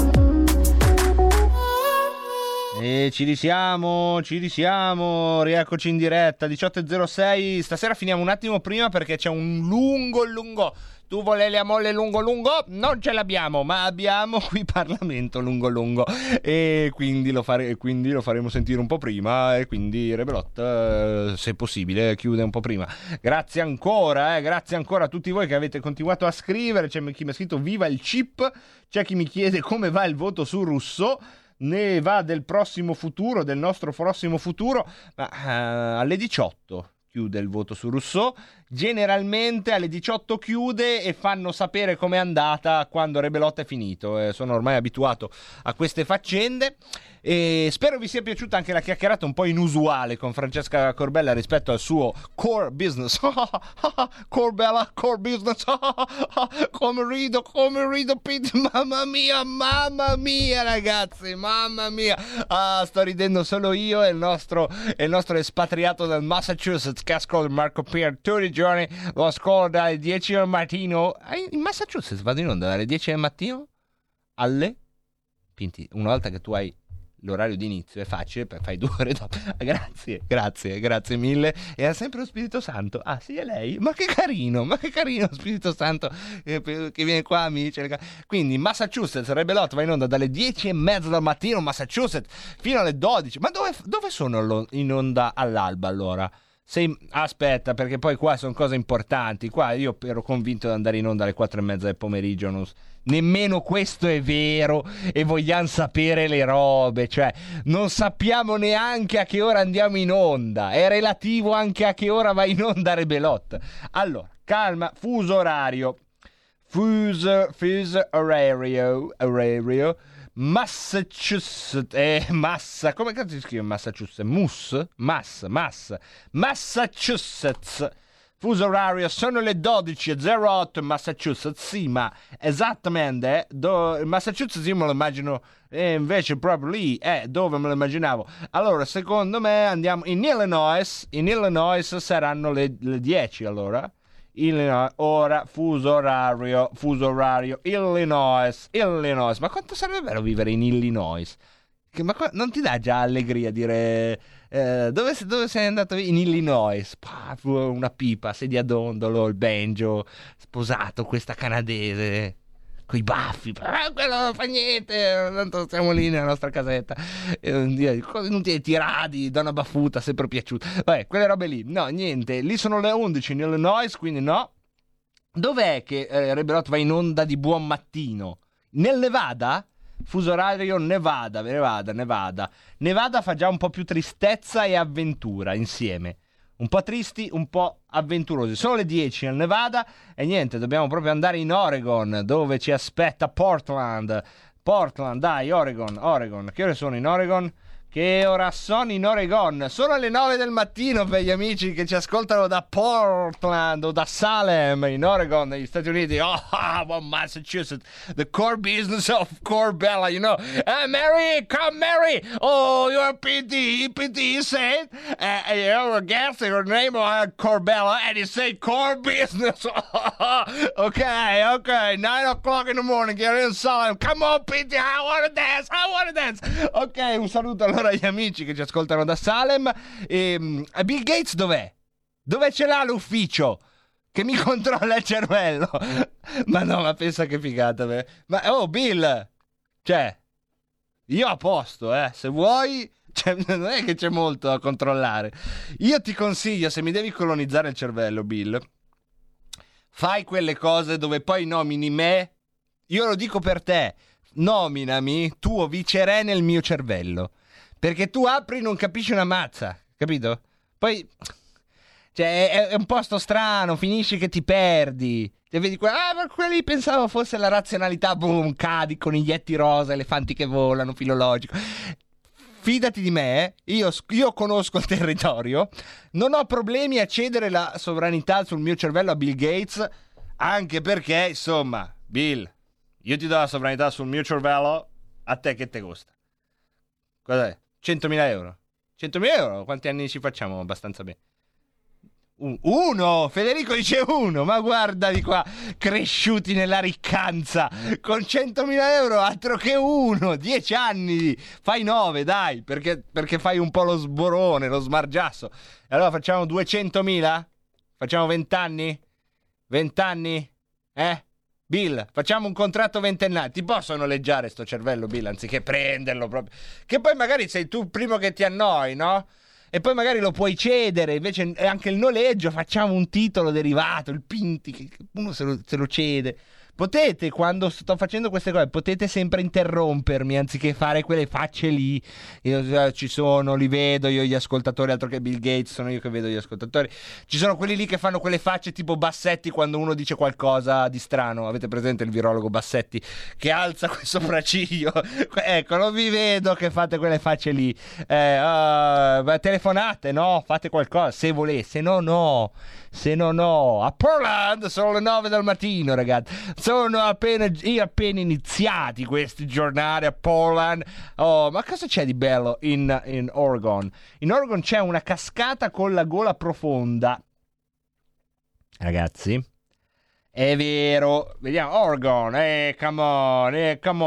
E ci risiamo, ci risiamo, rieccoci in diretta, diciotto e zero sei, stasera finiamo un attimo prima perché c'è un lungo lungo, tu volevi la molle lungo lungo, non ce l'abbiamo, ma abbiamo qui Parlamento lungo lungo e quindi lo, fare, quindi lo faremo sentire un po' prima e quindi Rebelot, se possibile, chiude un po' prima. Grazie ancora, eh, grazie ancora a tutti voi che avete continuato a scrivere, c'è chi mi ha scritto viva il chip, c'è chi mi chiede come va il voto su Rousseau. Ne va del prossimo futuro, del nostro prossimo futuro, ma uh, alle diciotto chiude il voto su Rousseau. Generalmente alle diciotto chiude e fanno sapere com'è andata quando Rebelot è finito. Eh, sono ormai abituato a queste faccende e spero vi sia piaciuta anche la chiacchierata un po' inusuale con Francesca Corbella rispetto al suo core business. Corbella, core business. Come rido, come rido, Pete. Mamma mia, mamma mia, ragazzi, mamma mia. Ah, sto ridendo solo io e il nostro, e il nostro espatriato del Massachusetts che ascolta Marco Pier tutti i giorni, lo ascolta dalle dieci del mattino. In Massachusetts vado in onda dalle dieci del mattino alle Pinti, una volta che tu hai l'orario di inizio è facile, fai due ore dopo. Grazie, grazie, grazie mille. Era sempre lo Spirito Santo. Ah sì, è lei? Ma che carino, ma che carino Spirito Santo eh, che viene qua, amici. Quindi Massachusetts, Rebelot va in onda dalle dieci e mezza del mattino Massachusetts fino alle dodici. Ma dove, dove sono in onda all'alba allora? Sei... Aspetta, perché poi qua sono cose importanti. Qua io ero convinto di andare in onda alle quattro e mezza del pomeriggio. Non... Nemmeno questo è vero e vogliamo sapere le robe. Cioè, non sappiamo neanche a che ora andiamo in onda. È relativo anche a che ora va in onda Rebelot. Allora, calma, fuso orario. Fuso, fuso orario. Orario. Massachusetts, eh, massa, come cazzo si scrive Massachusetts? Mus? Mass, mass, Massachusetts, fuso orario, sono le dodici e zero otto in Massachusetts, sì, ma esattamente, eh, do, Massachusetts io me lo immagino, eh, invece proprio lì, eh, dove me lo immaginavo. Allora, secondo me andiamo in Illinois, in Illinois saranno le, le dieci allora. Illinois, ora fuso orario, fuso orario, Illinois, Illinois. Ma quanto sarebbe bello vivere in Illinois? Che, ma qua, non ti dà già allegria dire eh, dove, dove sei andato in Illinois? Pah, una pipa, sedia dondolo, il banjo, sposato questa canadese. Coi baffi, ah, quello non fa niente, tanto siamo lì nella nostra casetta, cose inutili, tirati, da una baffuta, sempre piaciuta, vabbè, quelle robe lì, no, niente, lì sono le undici in Illinois, quindi no. Dov'è che eh, Rebelot va in onda di buon mattino? Nel Nevada? Fuso orario Nevada, Nevada, Nevada, Nevada fa già un po' più tristezza e avventura insieme. Un po' tristi, un po' avventurosi. Sono le dieci nel Nevada e niente, dobbiamo proprio andare in Oregon, dove ci aspetta Portland. Portland, dai, Oregon, Oregon. Che ore sono in Oregon? Che ora sono in Oregon? Sono le nove del mattino per gli amici che ci ascoltano da Portland o da Salem in Oregon, negli Stati Uniti. Oh, well, Massachusetts, the core business of Corbella, you know. Hey, Mary, come, Mary. Oh, you're P D, P D, you said. Uh, you're a guest, your name is Corbella, and you say core business. Okay, okay, nine o'clock in the morning, you're in Salem. Come on, P D, I want to dance, I want to dance. Ok, un saluto allora agli amici che ci ascoltano da Salem. E, Bill Gates dov'è? Dove ce l'ha l'ufficio che mi controlla il cervello? Ma no, ma pensa che figata. Beh. Ma oh, Bill, cioè, io a posto, eh, se vuoi, cioè, non è che c'è molto da controllare. Io ti consiglio, se mi devi colonizzare il cervello, Bill, fai quelle cose dove poi nomini me, io lo dico per te, nominami tuo viceré nel mio cervello, perché tu apri e non capisci una mazza, capito? Poi, cioè, è, è un posto strano, finisci che ti perdi. E vedi qua, ah, ma quelli pensavo fosse la razionalità, boom, cadi, coniglietti rosa, elefanti che volano, filologico. Fidati di me, io, io conosco il territorio, non ho problemi a cedere la sovranità sul mio cervello a Bill Gates, anche perché, insomma, Bill, io ti do la sovranità sul mio cervello, a te che te costa? Cos'è? centomila euro? centomila euro? Quanti anni ci facciamo abbastanza bene? Uno, Federico dice uno, ma guarda di qua, cresciuti nella riccanza, con centomila euro altro che uno, dieci anni, fai nove dai, perché, perché fai un po' lo sborone, lo smargiasso. E allora facciamo duecentomila? Facciamo venti anni? venti anni? Eh? Bill, facciamo un contratto ventennale, ti posso noleggiare sto cervello, Bill, anziché prenderlo proprio, che poi magari sei tu il primo che ti annoi, no? E poi magari lo puoi cedere, invece anche il noleggio, facciamo un titolo derivato, il Pinti, che uno se lo, se lo cede. Potete, quando sto facendo queste cose, potete sempre interrompermi anziché fare quelle facce lì. Io, ci sono, li vedo io gli ascoltatori, altro che Bill Gates, sono io che vedo gli ascoltatori. Ci sono quelli lì che fanno quelle facce tipo Bassetti quando uno dice qualcosa di strano. Avete presente il virologo Bassetti che alza quel sopracciglio? Ecco, non vi vedo che fate quelle facce lì. Eh, uh, telefonate, no? Fate qualcosa, se volete, se no no. Se no no. A Portland sono le nove del mattino, ragazzi. Sono appena, appena iniziati questi giornali a Portland. Oh, ma cosa c'è di bello in, in Oregon? In Oregon c'è una cascata con la gola profonda. Ragazzi, è vero. Vediamo, Oregon, eh, come on, eh, come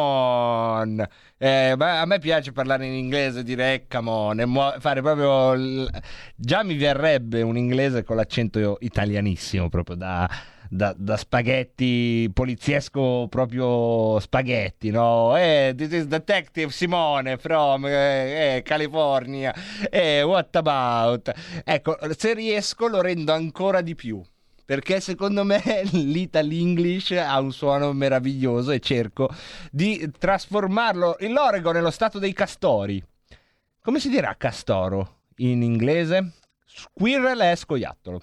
on. Eh, ma a me piace parlare in inglese, dire come on, e mu- fare proprio... L- Già mi verrebbe un inglese con l'accento italianissimo, proprio da... Da, da spaghetti poliziesco, proprio spaghetti, no? Eh, this is Detective Simone from eh, eh, California. Eh, what about? Ecco, se riesco lo rendo ancora di più, perché secondo me l'Italy English ha un suono meraviglioso e cerco di trasformarlo. L'Oregon è lo stato dei castori. Come si dirà castoro in inglese? Squirrel è scoiattolo.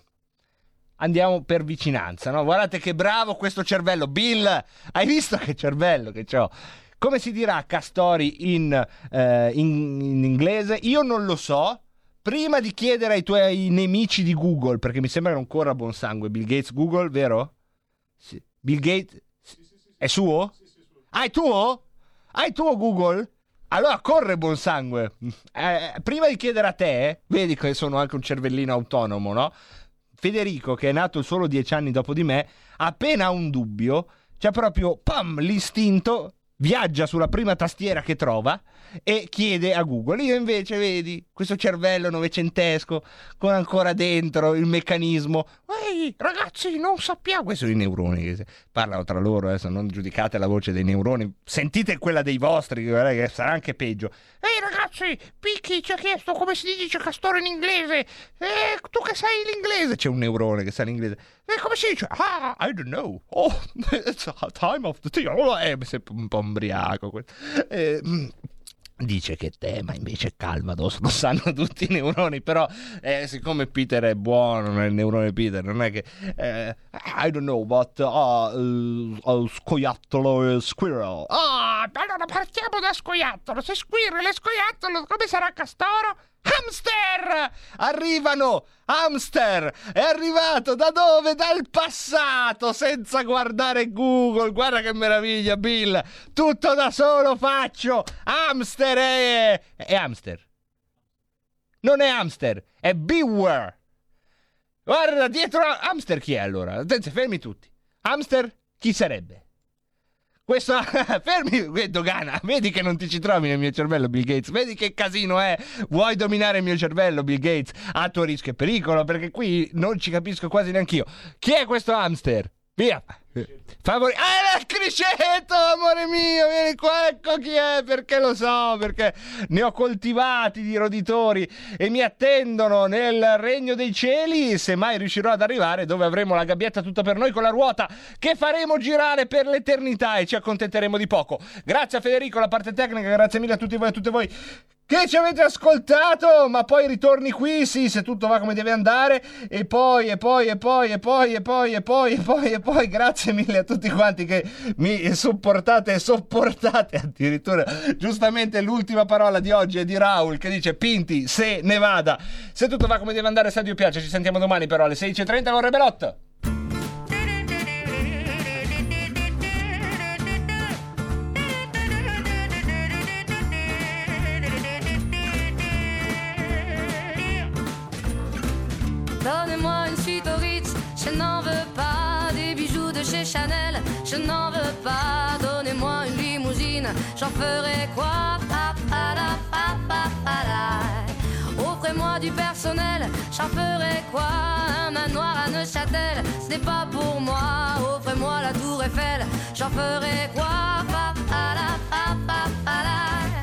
Andiamo per vicinanza, no? Guardate che bravo questo cervello. Bill, hai visto che cervello che c'ho? Come si dirà castori in, eh, in, in inglese? Io non lo so. Prima di chiedere ai tuoi nemici di Google, perché mi sembra che non corra buon sangue. Bill Gates Google, vero? Sì. Bill Gates è suo? Ah, è tuo? Ah, è tuo Google? Allora corre buon sangue. Eh, prima di chiedere a te, vedi che sono anche un cervellino autonomo, no? Federico, che è nato solo dieci anni dopo di me, appena ha un dubbio, c'ha proprio pam, l'istinto, viaggia sulla prima tastiera che trova e chiede a Google. Io invece, vedi, questo cervello novecentesco con ancora dentro il meccanismo. Ehi, ragazzi, non sappiamo. Questi sono i neuroni che parlano tra loro, adesso non giudicate la voce dei neuroni, sentite quella dei vostri, che sarà anche peggio. Ehi ragazzi, Picchi ci ha chiesto come si dice castoro in inglese. Eh, tu che sai l'inglese? C'è un neurone che sa l'inglese. Eh, come si dice? Ah, I don't know. Oh, it's a time of the tea. Oh, eh, sempre un po' ombriaco. Eh, dice che tema, invece Calvados lo sanno tutti i neuroni, però eh, siccome Peter è buono, il neurone Peter, non è che eh, I don't know, but uh, uh, uh, scoiattolo e squirrel. Ah, allora partiamo da scoiattolo. Se squirrel e scoiattolo, come sarà castoro? Hamster! Arrivano! Hamster! È arrivato da dove? Dal passato, senza guardare Google. Guarda che meraviglia, Bill! Tutto da solo faccio! Hamster è... è hamster. Non è hamster, è Beware! Guarda, dietro a... Hamster chi è allora? Attenzione, fermi tutti. Hamster chi sarebbe? Questo, fermi, dogana, vedi che non ti ci trovi nel mio cervello, Bill Gates, vedi che casino è, vuoi dominare il mio cervello, Bill Gates, a tuo rischio e pericolo, perché qui non ci capisco quasi neanch'io. Chi è questo hamster? Via. Favori- ah, il criceto, amore mio, vieni qua, ecco chi è, perché lo so, perché ne ho coltivati di roditori e mi attendono nel regno dei cieli, se mai riuscirò ad arrivare, dove avremo la gabbietta tutta per noi con la ruota che faremo girare per l'eternità e ci accontenteremo di poco. Grazie a Federico, la parte tecnica, grazie mille a tutti voi e a tutte voi che ci avete ascoltato, ma poi ritorni qui, sì, se tutto va come deve andare, e poi, e poi, e poi, e poi, e poi, e poi, e poi, e poi, grazie mille a tutti quanti che mi sopportate e sopportate, addirittura, giustamente l'ultima parola di oggi è di Raul, che dice, Pinti, se ne vada, se tutto va come deve andare, se a Dio piace, ci sentiamo domani però alle sedici e trenta con Rebelot. Donnez-moi une suite au Ritz, je n'en veux pas. Des bijoux de chez Chanel, je n'en veux pas. Donnez-moi une limousine, j'en ferai quoi? Pa, pa, la, pa, pa, pa, la. Offrez-moi du personnel, j'en ferai quoi? Un manoir à Neuchâtel, ce n'est pas pour moi. Offrez-moi la tour Eiffel, j'en ferai quoi? Pa, pa, la, pa, pa, pa, la.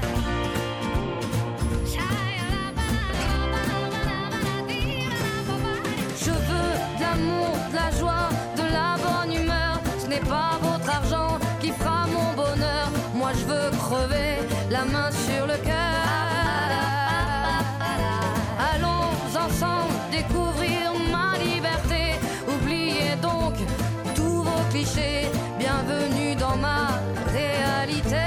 De la joie, de la bonne humeur, ce n'est pas votre argent qui fera mon bonheur. Moi je veux crever la main sur le cœur. Allons ensemble découvrir ma liberté. Oubliez donc tous vos clichés. Bienvenue dans ma réalité.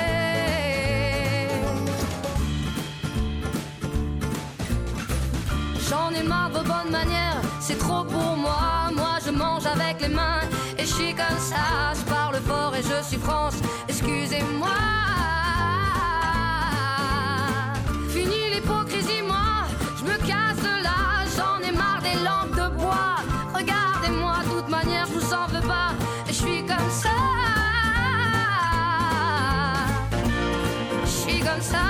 J'en ai marre de vos bonnes manières, c'est trop pour moi. Moi je mange avec les mains et je suis comme ça. Je parle fort et je suis France, excusez-moi. Fini l'hypocrisie, moi je me casse de là. J'en ai marre des lampes de bois. Regardez-moi, de toute manière je vous en veux pas. Et je suis comme ça. Je suis comme ça.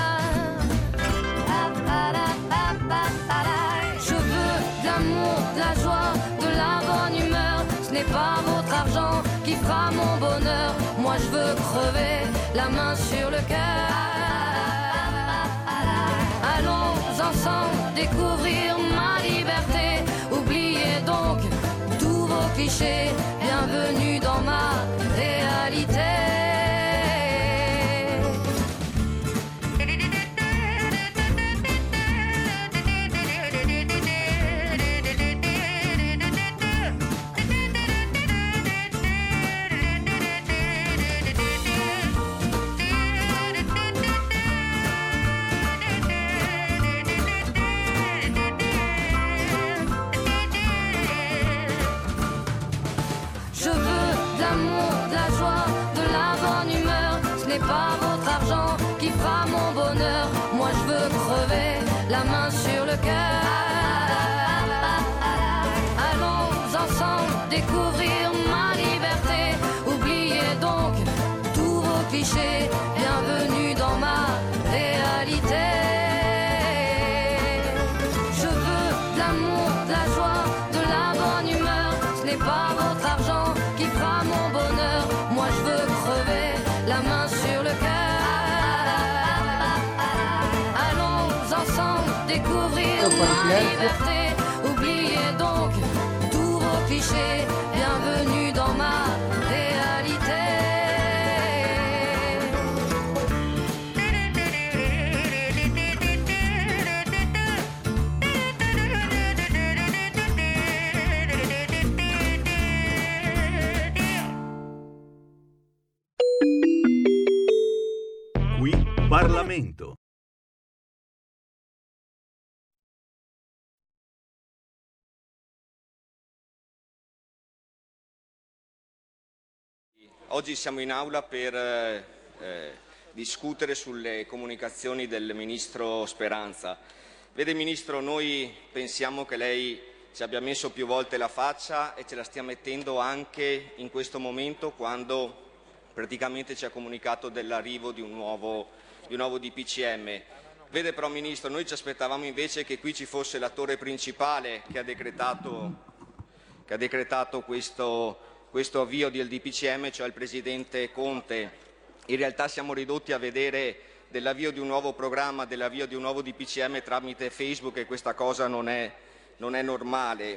De la joie, de la bonne humeur, ce n'est pas votre argent qui fera mon bonheur. Moi je veux crever la main sur le cœur. Allons ensemble découvrir ma liberté. Oubliez donc tous vos clichés. Bienvenue dans ma réalité. Pas votre argent qui fera mon bonheur. Moi je veux crever la main sur le cœur. Allons ensemble découvrir ma liberté. Oubliez donc tous vos clichés. Bienvenue dans ma réalité. Je veux de l'amour, de la joie, de la bonne humeur. Ce n'est pas votre argent qui fera mon bonheur. Moi je veux crever la main sur le cœur. Allons ensemble découvrir ma liberté. Oubliez donc tous vos clichés. Bienvenue dans ma réalité. Parlamento. Oggi siamo in aula per eh, discutere sulle comunicazioni del Ministro Speranza. Vede Ministro, noi pensiamo che lei ci abbia messo più volte la faccia e ce la stia mettendo anche in questo momento, quando praticamente ci ha comunicato dell'arrivo di un nuovo, di un nuovo D P C M. Vede però Ministro, noi ci aspettavamo invece che qui ci fosse l'attore principale che ha decretato che ha decretato questo, questo avvio del D P C M, cioè il Presidente Conte. In realtà siamo ridotti a vedere dell'avvio di un nuovo programma, dell'avvio di un nuovo D P C M tramite Facebook, e questa cosa non è, non è normale.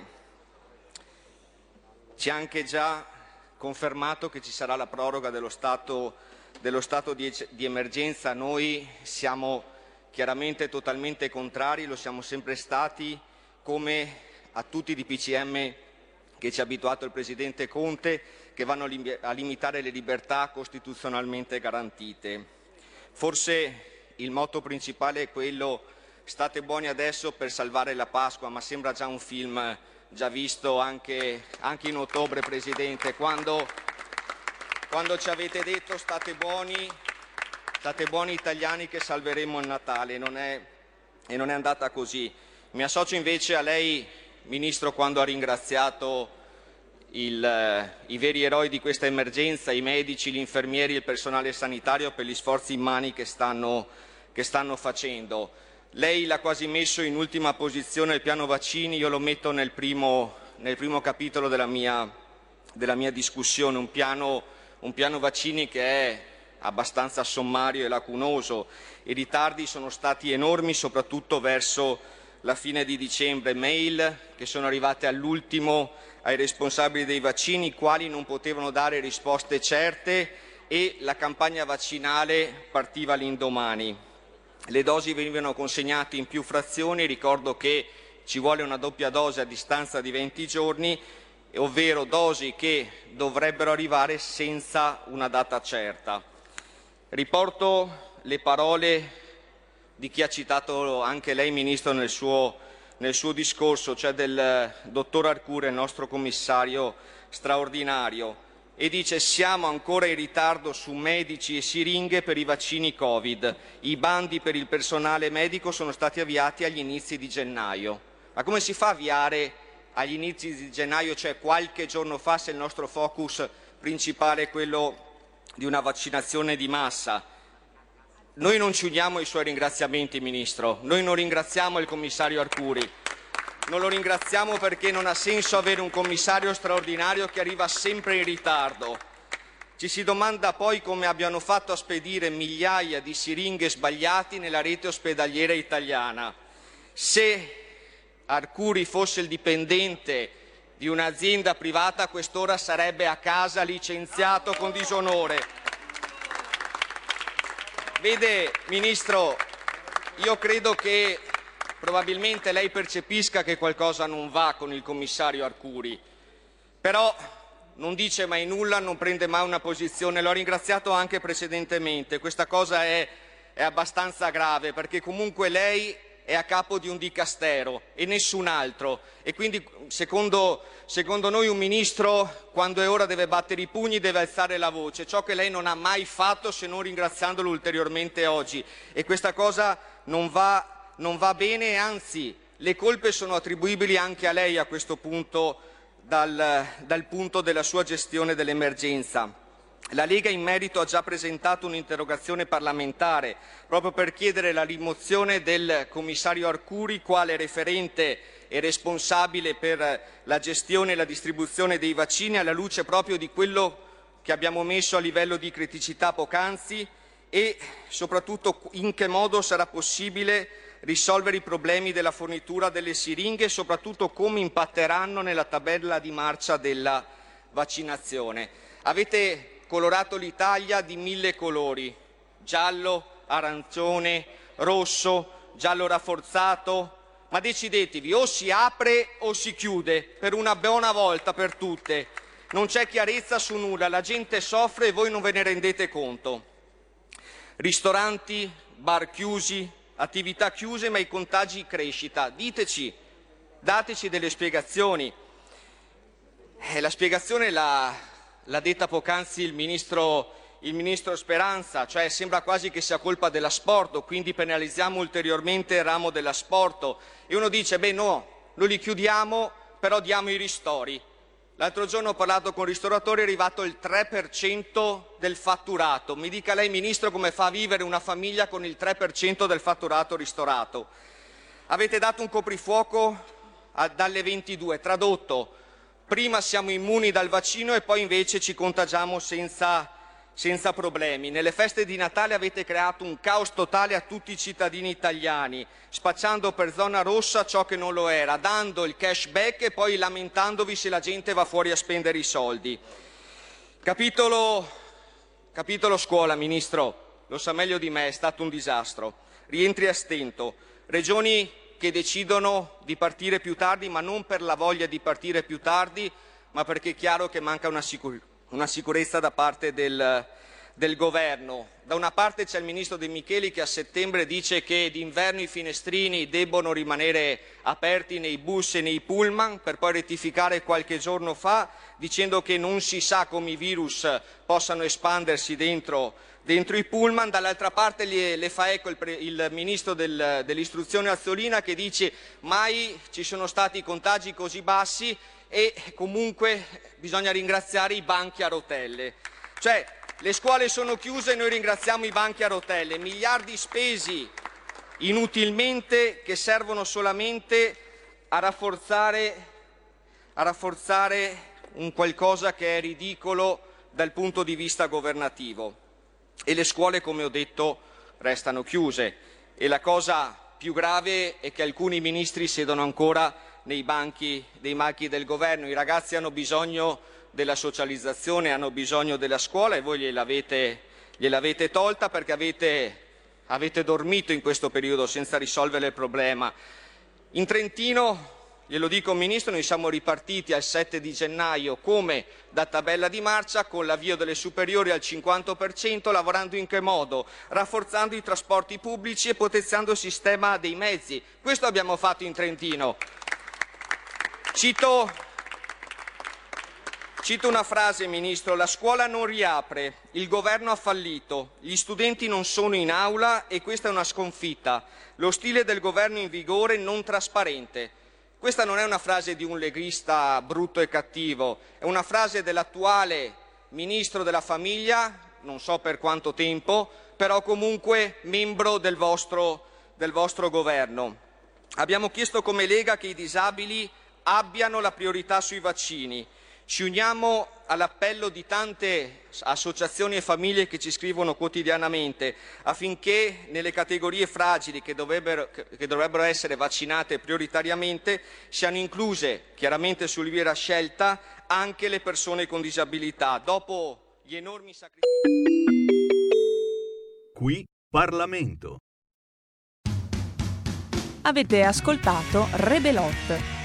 Ci ha anche già confermato che ci sarà la proroga dello stato, dello stato di, di emergenza. Noi siamo chiaramente totalmente contrari, lo siamo sempre stati, come a tutti i D P C M che ci ha abituato il Presidente Conte, che vanno a limitare le libertà costituzionalmente garantite. Forse il motto principale è quello: state buoni adesso per salvare la Pasqua, ma sembra già un film già visto anche, anche in ottobre, Presidente, quando, quando ci avete detto state buoni, state buoni italiani che salveremo il Natale, non è, e non è andata così. Mi associo invece a lei, Ministro, quando ha ringraziato il, eh, i veri eroi di questa emergenza, i medici, gli infermieri e il personale sanitario, per gli sforzi immani che stanno, che stanno facendo. Lei l'ha quasi messo in ultima posizione il piano vaccini, io lo metto nel primo, nel primo capitolo della mia, della mia discussione, un piano, un piano vaccini che è abbastanza sommario e lacunoso. I ritardi sono stati enormi, soprattutto verso la fine di dicembre, mail che sono arrivate all'ultimo ai responsabili dei vaccini, i quali non potevano dare risposte certe, e la campagna vaccinale partiva l'indomani. Le dosi venivano consegnate in più frazioni, ricordo che ci vuole una doppia dose a distanza di venti giorni, ovvero dosi che dovrebbero arrivare senza una data certa. Riporto le parole di chi ha citato anche lei, Ministro, nel suo, nel suo discorso, cioè del dottor Arcuri, il nostro commissario straordinario, e dice: siamo ancora in ritardo su medici e siringhe per i vaccini Covid, i bandi per il personale medico sono stati avviati agli inizi di gennaio. Ma come si fa a avviare agli inizi di gennaio, cioè qualche giorno fa, se il nostro focus principale è quello di una vaccinazione di massa? Noi non ci uniamo ai suoi ringraziamenti, Ministro, noi non ringraziamo il commissario Arcuri. Non lo ringraziamo perché non ha senso avere un commissario straordinario che arriva sempre in ritardo. Ci si domanda poi come abbiano fatto a spedire migliaia di siringhe sbagliati nella rete ospedaliera italiana. Se Arcuri fosse il dipendente di un'azienda privata, a quest'ora sarebbe a casa licenziato con disonore. Vede, Ministro, io credo che probabilmente lei percepisca che qualcosa non va con il commissario Arcuri, però non dice mai nulla, non prende mai una posizione. L'ho ringraziato anche precedentemente. Questa cosa è, è abbastanza grave, perché comunque lei è a capo di un dicastero e nessun altro, e quindi secondo, secondo noi un ministro, quando è ora, deve battere i pugni, deve alzare la voce, ciò che lei non ha mai fatto, se non ringraziandolo ulteriormente oggi, e questa cosa non va non va bene, anzi le colpe sono attribuibili anche a lei a questo punto dal, dal punto della sua gestione dell'emergenza. La Lega in merito ha già presentato un'interrogazione parlamentare proprio per chiedere la rimozione del commissario Arcuri quale referente e responsabile per la gestione e la distribuzione dei vaccini, alla luce proprio di quello che abbiamo messo a livello di criticità poc'anzi, e soprattutto in che modo sarà possibile risolvere i problemi della fornitura delle siringhe e soprattutto come impatteranno nella tabella di marcia della vaccinazione. Avete colorato l'Italia di mille colori: giallo, arancione, rosso, giallo rafforzato, ma decidetevi, o si apre o si chiude per una buona volta per tutte. Non c'è chiarezza su nulla, la gente soffre e voi non ve ne rendete conto. Ristoranti, bar chiusi, attività chiuse, ma i contagi in crescita. Diteci, dateci delle spiegazioni. Eh, la spiegazione l'ha, l'ha detta poc'anzi il ministro, il ministro Speranza, cioè sembra quasi che sia colpa della Sport, quindi penalizziamo ulteriormente il ramo della Sport. E uno dice, beh no, noi li chiudiamo, però diamo i ristori. L'altro giorno ho parlato con ristoratori, è arrivato il tre per cento del fatturato. Mi dica lei, Ministro, come fa a vivere una famiglia con il tre per cento del fatturato ristorato? Avete dato un coprifuoco a, dalle ventidue, tradotto, prima siamo immuni dal vaccino e poi invece ci contagiamo senza, senza problemi. Nelle feste di Natale avete creato un caos totale a tutti i cittadini italiani, spacciando per zona rossa ciò che non lo era, dando il cashback e poi lamentandovi se la gente va fuori a spendere i soldi. Capitolo, capitolo scuola, Ministro, lo sa meglio di me, è stato un disastro. Rientri a stento, regioni che decidono di partire più tardi, ma non per la voglia di partire più tardi, ma perché è chiaro che manca una, sicur- una sicurezza da parte del, del governo. Da una parte c'è il ministro De Micheli che a settembre dice che d'inverno i finestrini debbono rimanere aperti nei bus e nei pullman, per poi rettificare qualche giorno fa dicendo che non si sa come i virus possano espandersi dentro, dentro i pullman. Dall'altra parte le, le fa eco il, pre, il ministro del, dell'istruzione Azzolina che dice mai ci sono stati contagi così bassi e comunque bisogna ringraziare i banchi a rotelle. Cioè, le scuole sono chiuse e noi ringraziamo i banchi a rotelle, miliardi spesi inutilmente che servono solamente a rafforzare, a rafforzare un qualcosa che è ridicolo dal punto di vista governativo. E le scuole, come ho detto, restano chiuse. E la cosa più grave è che alcuni ministri siedono ancora nei banchi, dei banchi del governo. I ragazzi hanno bisogno della socializzazione, hanno bisogno della scuola e voi gliel'avete, gliel'avete tolta perché avete, avete dormito in questo periodo senza risolvere il problema. In Trentino, glielo dico Ministro, noi siamo ripartiti al sette di gennaio come da tabella di marcia con l'avvio delle superiori al cinquanta per cento, lavorando in che modo? Rafforzando i trasporti pubblici e potenziando il sistema dei mezzi. Questo abbiamo fatto in Trentino. Cito, cito una frase, Ministro, la scuola non riapre, il governo ha fallito, gli studenti non sono in aula e questa è una sconfitta, lo stile del governo in vigore non trasparente. Questa non è una frase di un leghista brutto e cattivo, è una frase dell'attuale Ministro della Famiglia, non so per quanto tempo, però comunque membro del vostro, del vostro governo. Abbiamo chiesto come Lega che i disabili abbiano la priorità sui vaccini. Ci uniamo all'appello di tante associazioni e famiglie che ci scrivono quotidianamente affinché nelle categorie fragili che dovrebbero, che dovrebbero essere vaccinate prioritariamente siano incluse chiaramente su libera scelta anche le persone con disabilità. Dopo gli enormi sacrifici. Qui Parlamento. Avete ascoltato Rebelot.